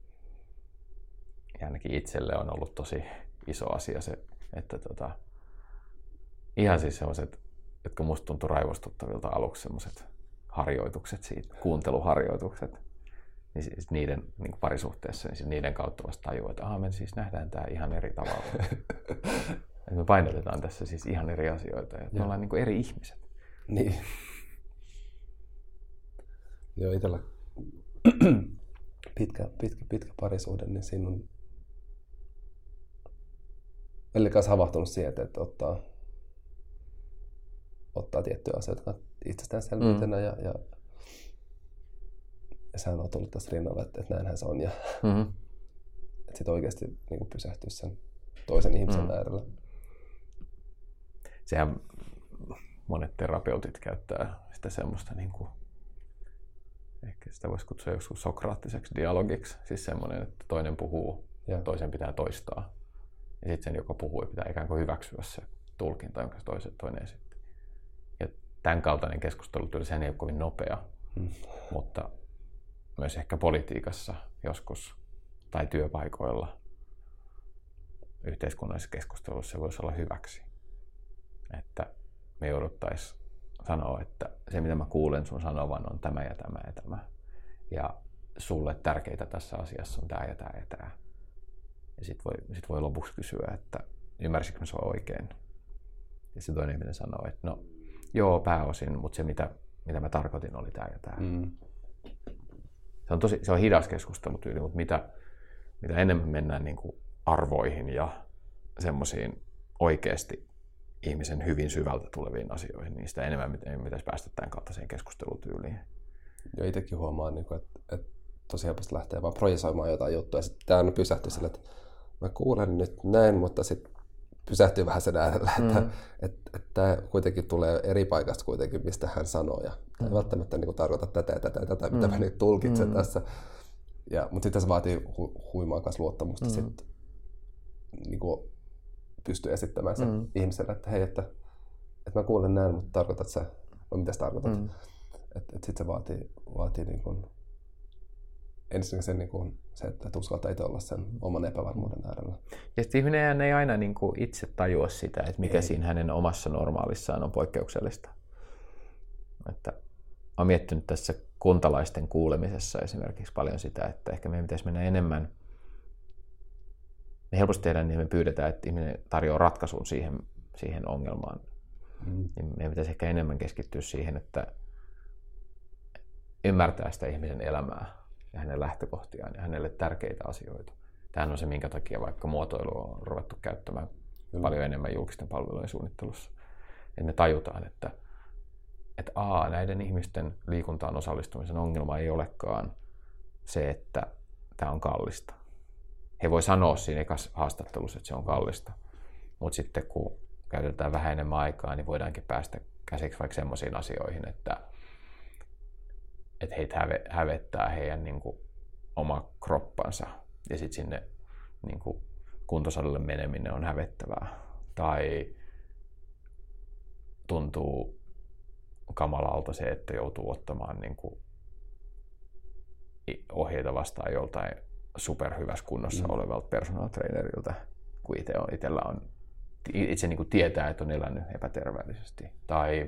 Ja ainakin itselle on ollut tosi iso asia se, että ihan siis semmoiset, jotka musta tuntui raivostuttavilta aluksi semmoiset harjoitukset siitä, kuunteluharjoitukset, niin siis niiden niin kuin parisuhteessa, niin siis niiden kautta vasta tajuu, että me siis nähdään tämä ihan eri tavalla. Että me painotetaan tässä siis ihan eri asioita, että me ollaan niin kuin eri ihmiset. Niin. Joo, itsellä pitkä parisuhde, niin siinä on välillä kanssa havahtunut siihen, että ottaa tiettyjä asioita itsestäänselvyytenä ja sehän on tullut tässä rinnalla, että näinhän se on ja että sit oikeasti niin kuin pysähtyä sen toisen ihmisen äärellä. Sehän monet terapeutit käyttää sitä semmoista niin kuin, ehkä sitä voisi kutsua joskus sokraattiseksi dialogiksi, siis semmoinen, että toinen puhuu ja toisen pitää toistaa. Ja sitten sen, joka puhuu, pitää ikään kuin hyväksyä se tulkinta, jonka toinen esitti. Ja tämän kaltainen keskustelu, sehän ei ole kovin nopea, mutta myös ehkä politiikassa joskus tai työpaikoilla yhteiskunnallisessa keskustelussa se voisi olla hyväksi. Että me jouduttaisiin sanoa, että se mitä mä kuulen sun sanovan on tämä ja tämä ja tämä. Ja sulle tärkeitä tässä asiassa on tämä ja tämä ja tämä. Ja sit voi lopuksi kysyä, että ymmärsikö mä sua oikein. Ja se toinen ihminen sanoo, että no joo pääosin, mutta se mitä mä tarkoitin oli tämä ja tämä. Se on hidas keskustelutyyli, mutta mitä enemmän mennään niin kuin arvoihin ja semmoisiin oikeasti ihmisen hyvin syvältä tuleviin asioihin, niin sitä enemmän pitäisi päästä tämän kaltaiseen keskustelutyyliin. Ja itsekin huomaan, että tosi helposti lähtee vaan projisoimaan jotain juttua. Ja sitten tämä on pysähtyy sille, että mä kuulen nyt näin, mutta sitten pysähtyy vähän sen äärellä, että tämä kuitenkin tulee eri paikasta kuitenkin, mistä hän sanoo. Ja tämä ei välttämättä niin kuin tarkoita tätä ja tätä ja tätä, mitä mä nyt tulkitsen tässä. Mutta sitten se vaatii huimaa kanssa luottamusta sitten niin kuin pystyy esittämään sen ihmiselle, että hei, että mä kuulen näin, mutta tarkoitat sä, vai mitä sä tarkoitat? Että sitten se vaatii niin kuin, ensinnäkin sen, niin kuin, se, että uskaltaa itse olla sen oman epävarmuuden äärellä. Ja sitten ihminen ei aina niin kuin itse tajua sitä, että mikä siinä hänen omassa normaalissaan on poikkeuksellista. Että olen miettinyt tässä kuntalaisten kuulemisessa esimerkiksi paljon sitä, että ehkä meidän pitäisi mennä enemmän. Me helposti tehdään, niin me pyydetään, että ihminen tarjoaa ratkaisun siihen ongelmaan. Niin meidän pitäisi ehkä enemmän keskittyä siihen, että ymmärtää sitä ihmisen elämää ja hänen lähtökohtiaan ja hänelle tärkeitä asioita. Tämähän on se, minkä takia vaikka muotoilua on ruvettu käyttämään paljon enemmän julkisten palvelujen suunnittelussa. Että me tajutaan, että näiden ihmisten liikuntaan osallistumisen ongelma ei olekaan se, että tämä on kallista. he voi sanoa siinä ekassa haastattelussa, että se on kallista. Mutta sitten kun käytetään vähän enemmän aikaa, niin voidaankin päästä käsiksi vaikka semmoisiin asioihin, että heitä hävettää heidän niin kuin oma kroppansa ja sitten sinne niin kuin kuntosalille meneminen on hävettävää. Tai tuntuu kamalalta se, että joutuu ottamaan niin kuin ohjeita vastaan joltain superhyvässä kunnossa olevalta personal trainerilta, kun itse niin kuin tietää, että on elänyt epäterveellisesti. Tai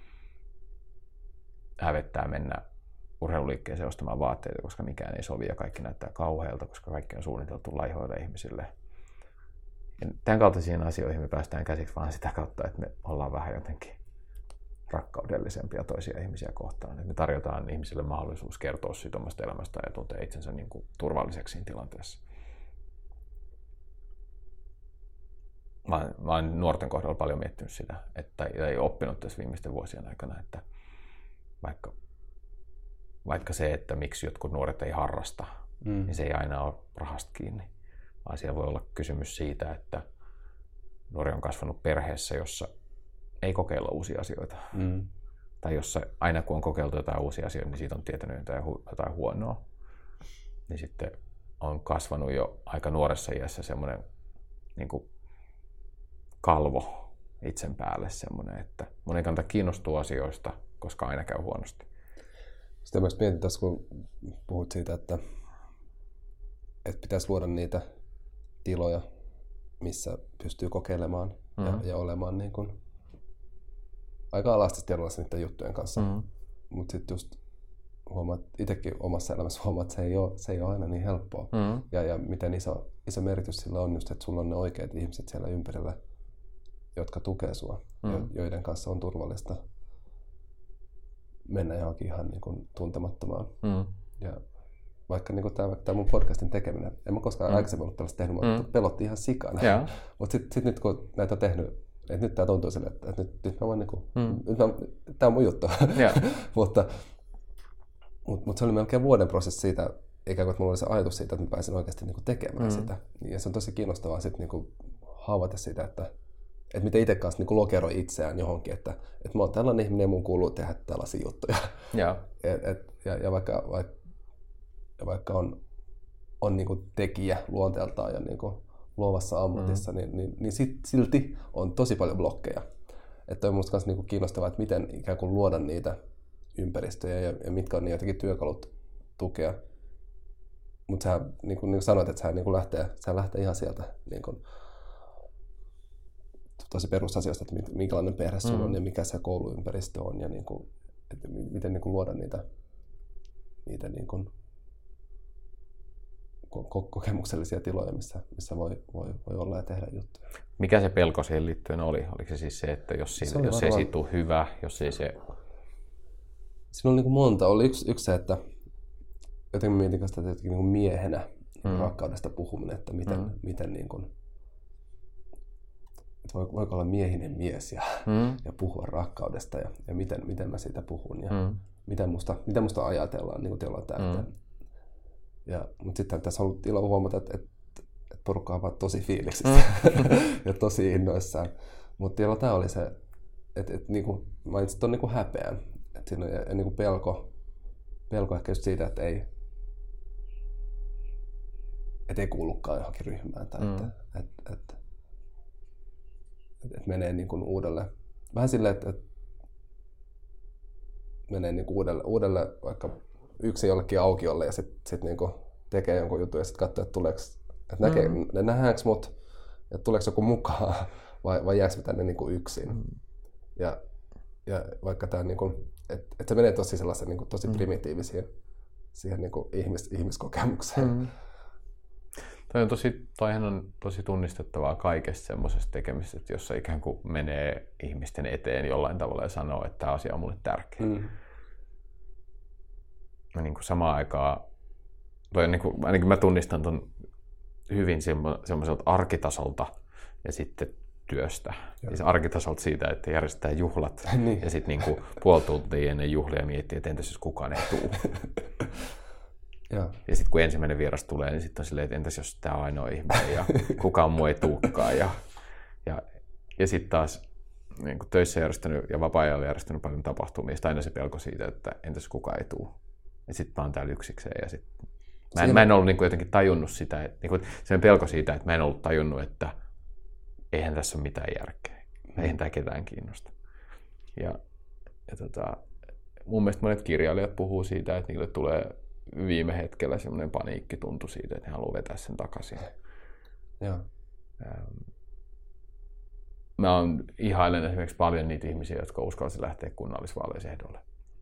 hävettää mennä urheiluliikkeeseen ostamaan vaatteita, koska mikään ei sovi ja kaikki näyttää kauhealta, koska kaikki on suunniteltu laihoille ihmisille. Ja tämän kaltaisiin asioihin me päästään käsiksi vaan sitä kautta, että me ollaan vähän jotenkin rakkaudellisempia toisia ihmisiä kohtaan. Että me tarjotaan ihmisille mahdollisuus kertoa siitä omasta elämästä ja tuntea itsensä niin kuin turvalliseksi siinä tilanteessa. Mä oon nuorten kohdalla paljon miettinyt sitä, että ei oppinut tässä viimeisten vuosien aikana, että vaikka se, että miksi jotkut nuoret ei harrasta, niin se ei aina ole rahasta kiinni. Vaan siellä voi olla kysymys siitä, että nuori on kasvanut perheessä, jossa ei kokeilla uusia asioita. Tai jossa aina kun on kokeiltu jotain uusia asioita, niin siitä on tietänyt jotain huonoa. Niin sitten on kasvanut jo aika nuoressa iässä semmoinen niin kuin kalvo itsen päälle semmoinen, että mun ei kannata kiinnostua asioista, koska aina käy huonosti. Sitä myös mietin tässä, kun puhut siitä, että pitäisi luoda niitä tiloja, missä pystyy kokeilemaan ja olemaan niin kuin aika alasti erilaisia niiden juttujen kanssa. Mutta sitten just huomaat, itsekin omassa elämässä huomaat, että se ei ole aina niin helppoa. Ja miten iso merkitys sillä on just, että sulla on ne oikeat ihmiset siellä ympärillä, jotka tukee sua, joiden kanssa on turvallista mennä johonkin ihan niin kuin tuntemattomaan. Ja vaikka niin tämä mun podcastin tekeminen, en mä koskaan aikaisemmin ollut tällaista tehnyt, mutta pelotti ihan sikana. Mutta sit nyt kun näitä on tehnyt, että nyt tää tuntuu silleen, että nyt mä voin niinku, tää on mun juttu. mutta se oli melkein vuoden prosessi siitä, ikään kuin että mulla oli se ajatus siitä, että mä pääsin oikeasti niinku tekemään sitä. Ja se on tosi kiinnostavaa sit niinku havaita sitä, että miten itse kanssa niinku lokeroi itseään johonkin, että mä oon tällainen ihminen ja mun kuuluu tehdä tällaisia juttuja. Ja vaikka on niinku tekijä luonteeltaan ja niinku luovassa ammatissa, niin silti on tosi paljon blokkeja. Että on musta myös niinku kiinnostavaa, että miten ikään kuin luoda niitä ympäristöjä ja mitkä on ne jotenkin työkalut tukea. Mutta sä niin kuin sanoit, että sä lähtee ihan sieltä niin kuin tosi perusasioista, että minkälainen perhe sulla on ja mikä se kouluympäristö on ja niin kuin, että miten niin kuin luoda niitä niin kuin kokemuksellisia tiloja, missä voi olla ja tehdä juttuja. Mikä se pelko siihen liittyen oli? Oliko se siis se, että jos ei siitä tule hyvä, jos ei se... Siinä oli niin kuin monta. Oli yksi se, että jotenkin mietin sitä niin kuin miehenä rakkaudesta puhuminen, että miten niin kuin, että voiko olla miehinen mies ja puhua rakkaudesta ja miten mä siitä puhun ja miten musta ajatellaan niin kuin jollain täyteen. Mutta sitten tässä on ollut ilo huomata, että porukka on vaan tosi fiiliksissä ja tosi innoissaan. Mutta tämä oli se, että niinku, mainitsit tuon niinku häpeän. Että siinä on niinku pelko ehkä just siitä, että ei kuulukaan johonkin ryhmään. Tai että menee niinku uudelle. Vähän silleen, että menee niinku uudelle vaikka yksin jollekin aukiolle ja sit niinku tekee jonkun jutun ja sitten katsoo, että nähdäänkö mut, että tuleeko joku mukaan vai jääkö tänne niinku yksin. Ja vaikka tämä niinku, että se menee tosi sellaisen niinku tosi primitiivisiin siihen niinku ihmiskokemukseen. Toihan on tosi tunnistettavaa kaikesta semmoisesta tekemisestä, jossa ikään kuin menee ihmisten eteen jollain tavalla ja sanoo, että tämä asia on mulle tärkeä. Mä niin kuin samaan aikaan, niin kuin, ainakin mä tunnistan ton hyvin semmoiselta arkitasolta ja sitten työstä. Siis arkitasolta siitä, että järjestetään juhlat niin. Ja sitten niin puoli tuntia ennen juhlia miettii, että entäs jos kukaan ei tule. Ja sitten kun ensimmäinen vieras tulee, niin sitten on silleen, että entäs jos tämä on ainoa ihminen ja kukaan muu ei tuukaan. Ja sitten taas niin kun töissä järjestänyt ja vapaa-ajalla järjestänyt paljon tapahtumia, ja aina se pelko siitä, että entäs kukaan ei tule. Ja sitten mä oon täällä yksikseen. Ja sit mä en ollut niin kuin jotenkin tajunnut sitä, että niin kuin, se pelko siitä, että mä en ollut tajunnut, että eihän tässä ole mitään järkeä. Eihän tämä ketään kiinnosta. Ja mun mielestä monet kirjailijat puhuu siitä, että niille tulee viime hetkellä semmoinen paniikki tuntu siitä, että he haluaa vetää sen takaisin. Joo. Mä ihailen esimerkiksi paljon niitä ihmisiä, jotka uskalsivat lähteä kunnallisvaaleissa ehdolle.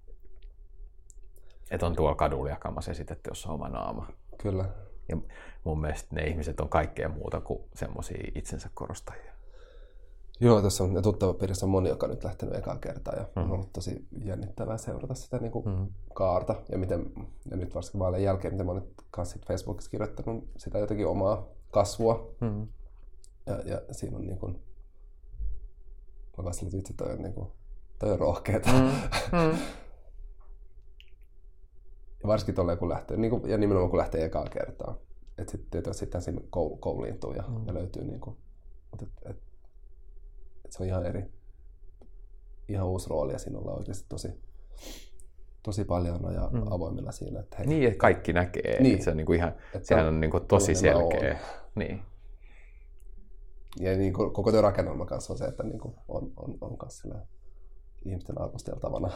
Että on tuolla kadulla jakamassa esitetty, jossa on oma naama. Kyllä. Ja mun mielestä ne ihmiset on kaikkea muuta kuin semmoisia itsensä korostajia. Joo, tässä on tuttavapiirissä on moni, joka on nyt lähtenyt ekaa kertaa ja on ollut tosi jännittävää seurata sitä niin kuin kaarta. Ja nyt varsinkin vaalien jälkeen, miten mä oon nyt kanssa Facebookissa kirjoittanut sitä jotenkin omaa kasvua. Ja siinä on niin kuin, mä vaan sille, että vitsi, toi on rohkeeta. Ja varsinkin tolleen, kun lähtee, niin kuin, ja nimenomaan kun lähtee ekaa kertaa. Että sitten siinä kouliintuu ja löytyy niin kuin, että se on ihan uusi rooli ja siinä ollaan oikeasti tosi paljon ja avoimilla siinä. Että hei. Niin, että kaikki näkee. Niin. Että se on niin kuin ihan, sehän on niin kuin tosi selkeä. Niin. Ja niin kuin, koko työn rakennelma kanssa on se, että niin kuin on kanssa ihmisten arvosteltavana.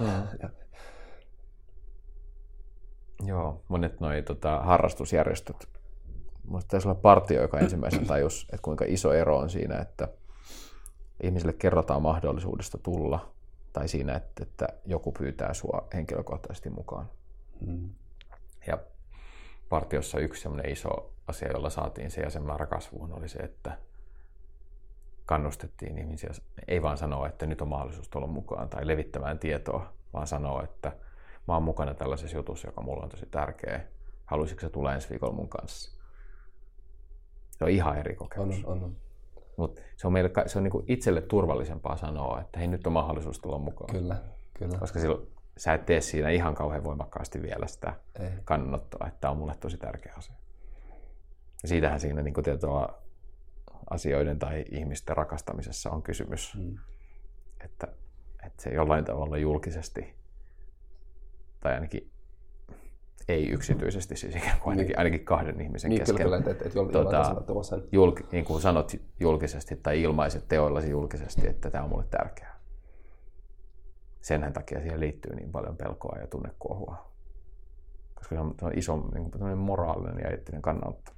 Joo, monet noi harrastusjärjestöt. Minusta taisi olla Partio, joka ensimmäisen tajus, että kuinka iso ero on siinä, että ihmisille kerrotaan mahdollisuudesta tulla, tai siinä, että joku pyytää sua henkilökohtaisesti mukaan. Ja Partiossa yksi sellainen iso asia, jolla saatiin se jäsenmäärä kasvuun, oli se, että kannustettiin ihmisiä, ei vaan sanoa, että nyt on mahdollisuus tulla mukaan, tai levittämään tietoa, vaan sanoa, että mä oon mukana tällaisessa jutussa, joka mulla on tosi tärkeä. Haluaisitko sä tulla ensi viikolla mun kanssa? Se on ihan eri kokemus. On. Mutta se on niinku itselle turvallisempaa sanoa, että hei, nyt on mahdollisuus tulla mukaan. Kyllä. Koska silloin sä et tee siinä ihan kauhean voimakkaasti vielä sitä kannanottoa, että tämä on mulle tosi tärkeä asia. Ja siitähän siinä niinku tietoa asioiden tai ihmisten rakastamisessa on kysymys. Että se jollain tavalla julkisesti, tai ainakin ei yksityisesti, siis ikään kuin ainakin kahden ihmisen kesken. Kyllä, että niin kuin sanot julkisesti tai ilmaiset teoillasi julkisesti, että tämä on mulle tärkeää. Senhän takia siihen liittyy niin paljon pelkoa ja tunnekuohua. Koska se on iso niin kuin moraalinen ja eettinen kannanotto.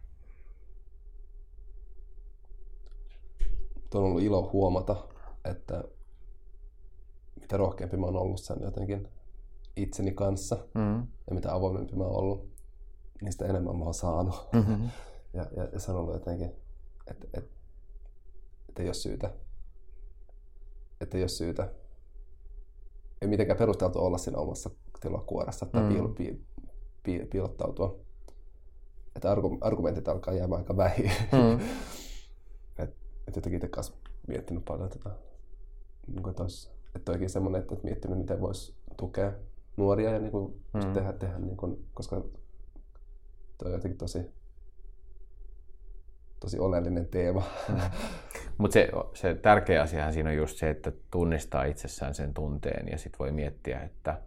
On ollut ilo huomata, että mitä rohkeampi mä oon ollut sen jotenkin itseni kanssa ja mitä avoimempi mä oon ollut, niistä enemmän mä oon saanut. Ja se on ollut jotenkin, että ei ole syytä. Että ei ole syytä. Ei mitenkään perusteltu olla siinä omassa tilakuoressa tai piilottautua. Että argumentit alkaa jäämään aika vähiin. Että jotenkin itse kanssa miettinyt paljon että oikein semmoinen, että miettinyt miten voisi tukea nuoria ja niin kuin tehdä niin kuin, koska tuo on jotenkin tosi oleellinen teema. Mutta se tärkeä asiahan siinä on just se, että tunnistaa itsessään sen tunteen ja sitten voi miettiä, että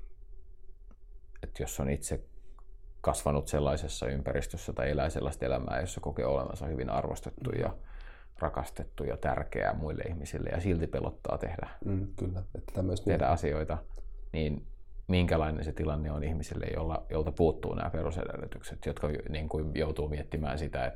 jos on itse kasvanut sellaisessa ympäristössä tai elää sellaista elämää, jossa kokee olevansa hyvin arvostettu ja rakastettu ja tärkeää muille ihmisille ja silti pelottaa tehdä, tehdä asioita, niin minkälainen se tilanne on ihmisille, jolta puuttuu nämä perusedellytykset, jotka niin kuin joutuu miettimään sitä,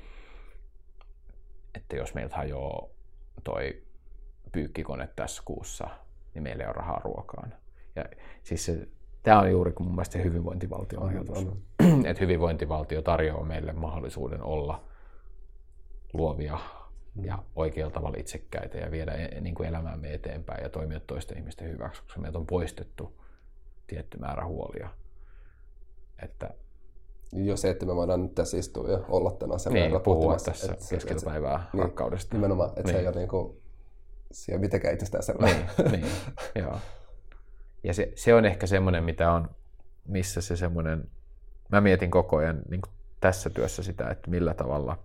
että jos meiltä hajoaa toi pyykkikone tässä kuussa, niin meillä ei ole rahaa ruokaan. Ja siis tämä on juuri mun mielestä se hyvinvointivaltion ajatus. Että hyvinvointivaltio tarjoaa meille mahdollisuuden olla luovia ja oikealla tavalla itsekkäitä ja viedä niin kuin elämäämme eteenpäin ja toimia toisten ihmisten hyväksi, koska meiltä on poistettu tietty määrä huolia. Että jo se, että me voidaan nyt tässä istua ja olla tämän asian puhua tässä keskellä päivää rakkaudesta. Nimenomaan, että se ei ole niinku, se ei ole mitenkään itsestään selvää. Joo. Ja se on ehkä semmoinen, missä se semmoinen mä mietin koko ajan niin kuin tässä työssä sitä, että millä tavalla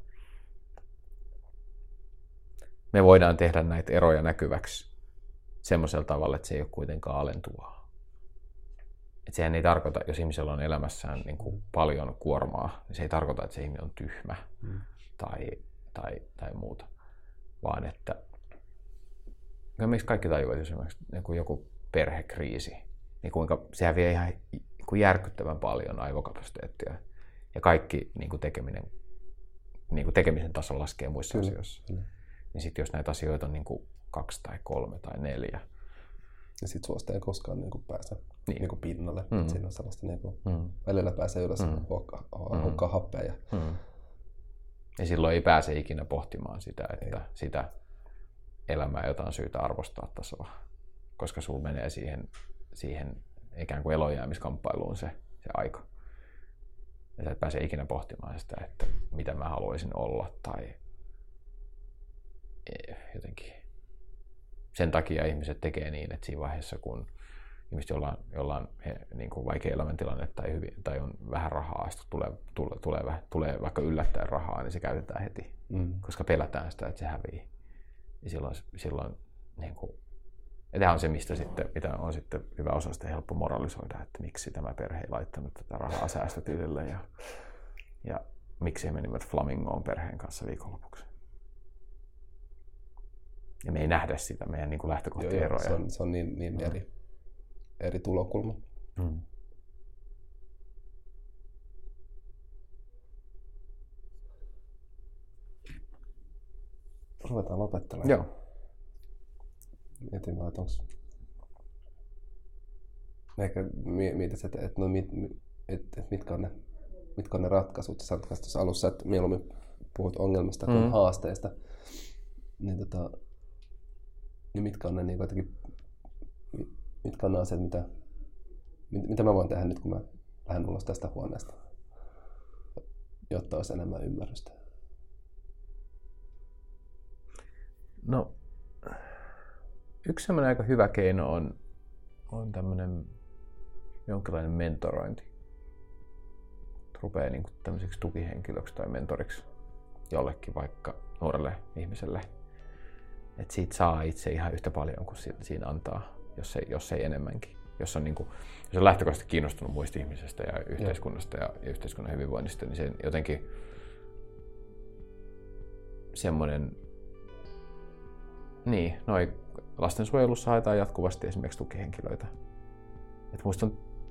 me voidaan tehdä näitä eroja näkyväksi semmoisella tavalla, että se ei ole kuitenkaan alentuvaa. Että sehän ei tarkoita, jos ihmisellä on elämässään niin kuin paljon kuormaa, niin se ei tarkoita, että se ihminen on tyhmä tai muuta, vaan että miksi kaikki tajuaa, että jos esimerkiksi niin joku perhekriisi, niin kuinka sehän vie ihan järkyttävän paljon aivokapasiteettia ja kaikki niin kuin tekemisen taso laskee muissa asioissa. Niin sitten jos näitä asioita on niin kuin 2 tai 3 tai 4. Ja sitten suosta ei koskaan niin kuin pääse niin kuin pinnalle. Siinä on sellaista, niin kuin, välillä pääsee ylös hukkaa happea. Ja silloin ei pääse ikinä pohtimaan sitä, että sitä elämää, jota on syytä arvostaa tasoa. Koska sulla menee siihen ikään kuin elonjäämiskamppailuun se aika. Ja sä et pääse ikinä pohtimaan sitä, että mitä mä haluaisin olla tai jotenkin. Sen takia ihmiset tekee niin, että siinä vaiheessa, kun ihmiset, jolla on niin kuin vaikea elämäntilanne tai on vähän rahaa, tulee vaikka yllättäen rahaa, niin se käytetään heti, koska pelätään sitä, että se hävii. Ja silloin niin kuin, ja tämä on se, mitä on sitten hyvä osa sitä helppo moralisoida, että miksi tämä perhe ei laittanut tätä rahaa säästötilille ja miksi he menivät Flamingoon perheen kanssa viikonlopuksi. Ja me ei nähdä sitä meidän niin kuin lähtökohtien eroja. Se on niin eri tulokulma. Ruvetaan lopettelemaan. Joo. Mietin vaan, että onko... Ehkä mietit, että mitkä on ne ratkaisut. Sä sanoit tuossa alussa, että mieluummin puhut ongelmista kuin haasteista. Niin mitkä on ne niin jotenkin, mitkä on ne asiat, mitä mä voin tehdä nyt, kun mä lähden ulos tästä huoneesta, jotta olisi enemmän ymmärrystä? No, yksi sellainen aika hyvä keino on tämmöinen jonkinlainen mentorointi. Rupeaa niin kuin tämmöiseksi tukihenkilöksi tai mentoriksi jollekin vaikka nuorelle ihmiselle. Että siitä saa itse ihan yhtä paljon kuin siinä antaa, jos ei enemmänkin. Jos on lähtökohtaisesti kiinnostunut muista ihmisistä ja yhteiskunnasta ja yhteiskunnan hyvinvoinnista, niin se jotenkin semmoinen... Niin, lastensuojelussa haetaan jatkuvasti esimerkiksi tukihenkilöitä. Et musta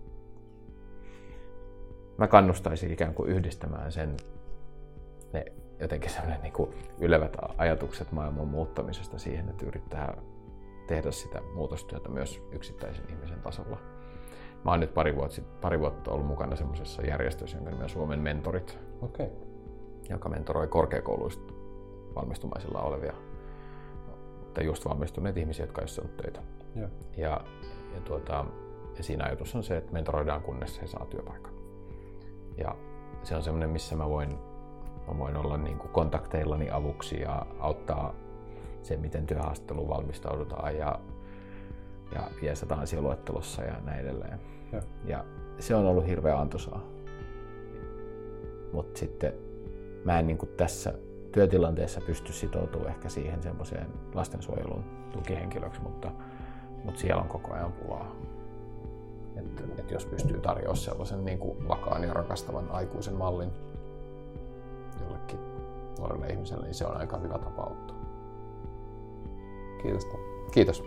mä kannustaisin ikään kuin yhdistämään ne jotenkin sellainen niin kuin ylevät ajatukset maailman muuttamisesta siihen, että yrittää tehdä sitä muutostyötä myös yksittäisen ihmisen tasolla. Mä oon nyt pari vuotta ollut mukana semmoisessa järjestössä, jonka nimi on Suomen mentorit, joka mentoroi korkeakouluista valmistumaisilla olevia tai just valmistuneita ihmisiä, jotka ei ole saanut töitä. Ja siinä ajatus on se, että mentoroidaan kunnes he saa työpaikan. Ja se on semmoinen, missä mä voin olla niin kuin kontakteillani avuksi ja auttaa se, miten työhaastatteluun valmistaudutaan ja jeesataan ansioluettelossa ja näin edelleen. Ja se on ollut hirveän antoisaa. Mutta sitten mä en niin kuin tässä työtilanteessa pysty sitoutumaan ehkä siihen semmoiseen lastensuojelun tukihenkilöksi, mutta siellä on koko ajan pulaa. Et jos pystyy tarjoamaan sellaisen niin kuin vakaan ja rakastavan aikuisen mallin jollekin nuorelle ihmiselle, niin se on aika hyvä tapa auttaa. Kiitos. Kiitos.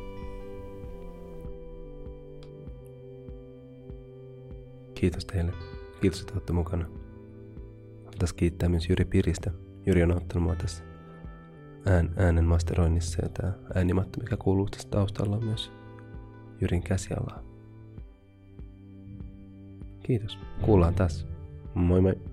Kiitos teille. Kiitos, että olette mukana. Haluaisin kiittää myös Jyri Piristä. Jyri on auttanut mua tässä äänen masteroinnissa ja tämä äänimatto, mikä kuuluu tässä taustalla, on myös Jyrin käsialaa. Kiitos. Kuullaan taas. Moi moi.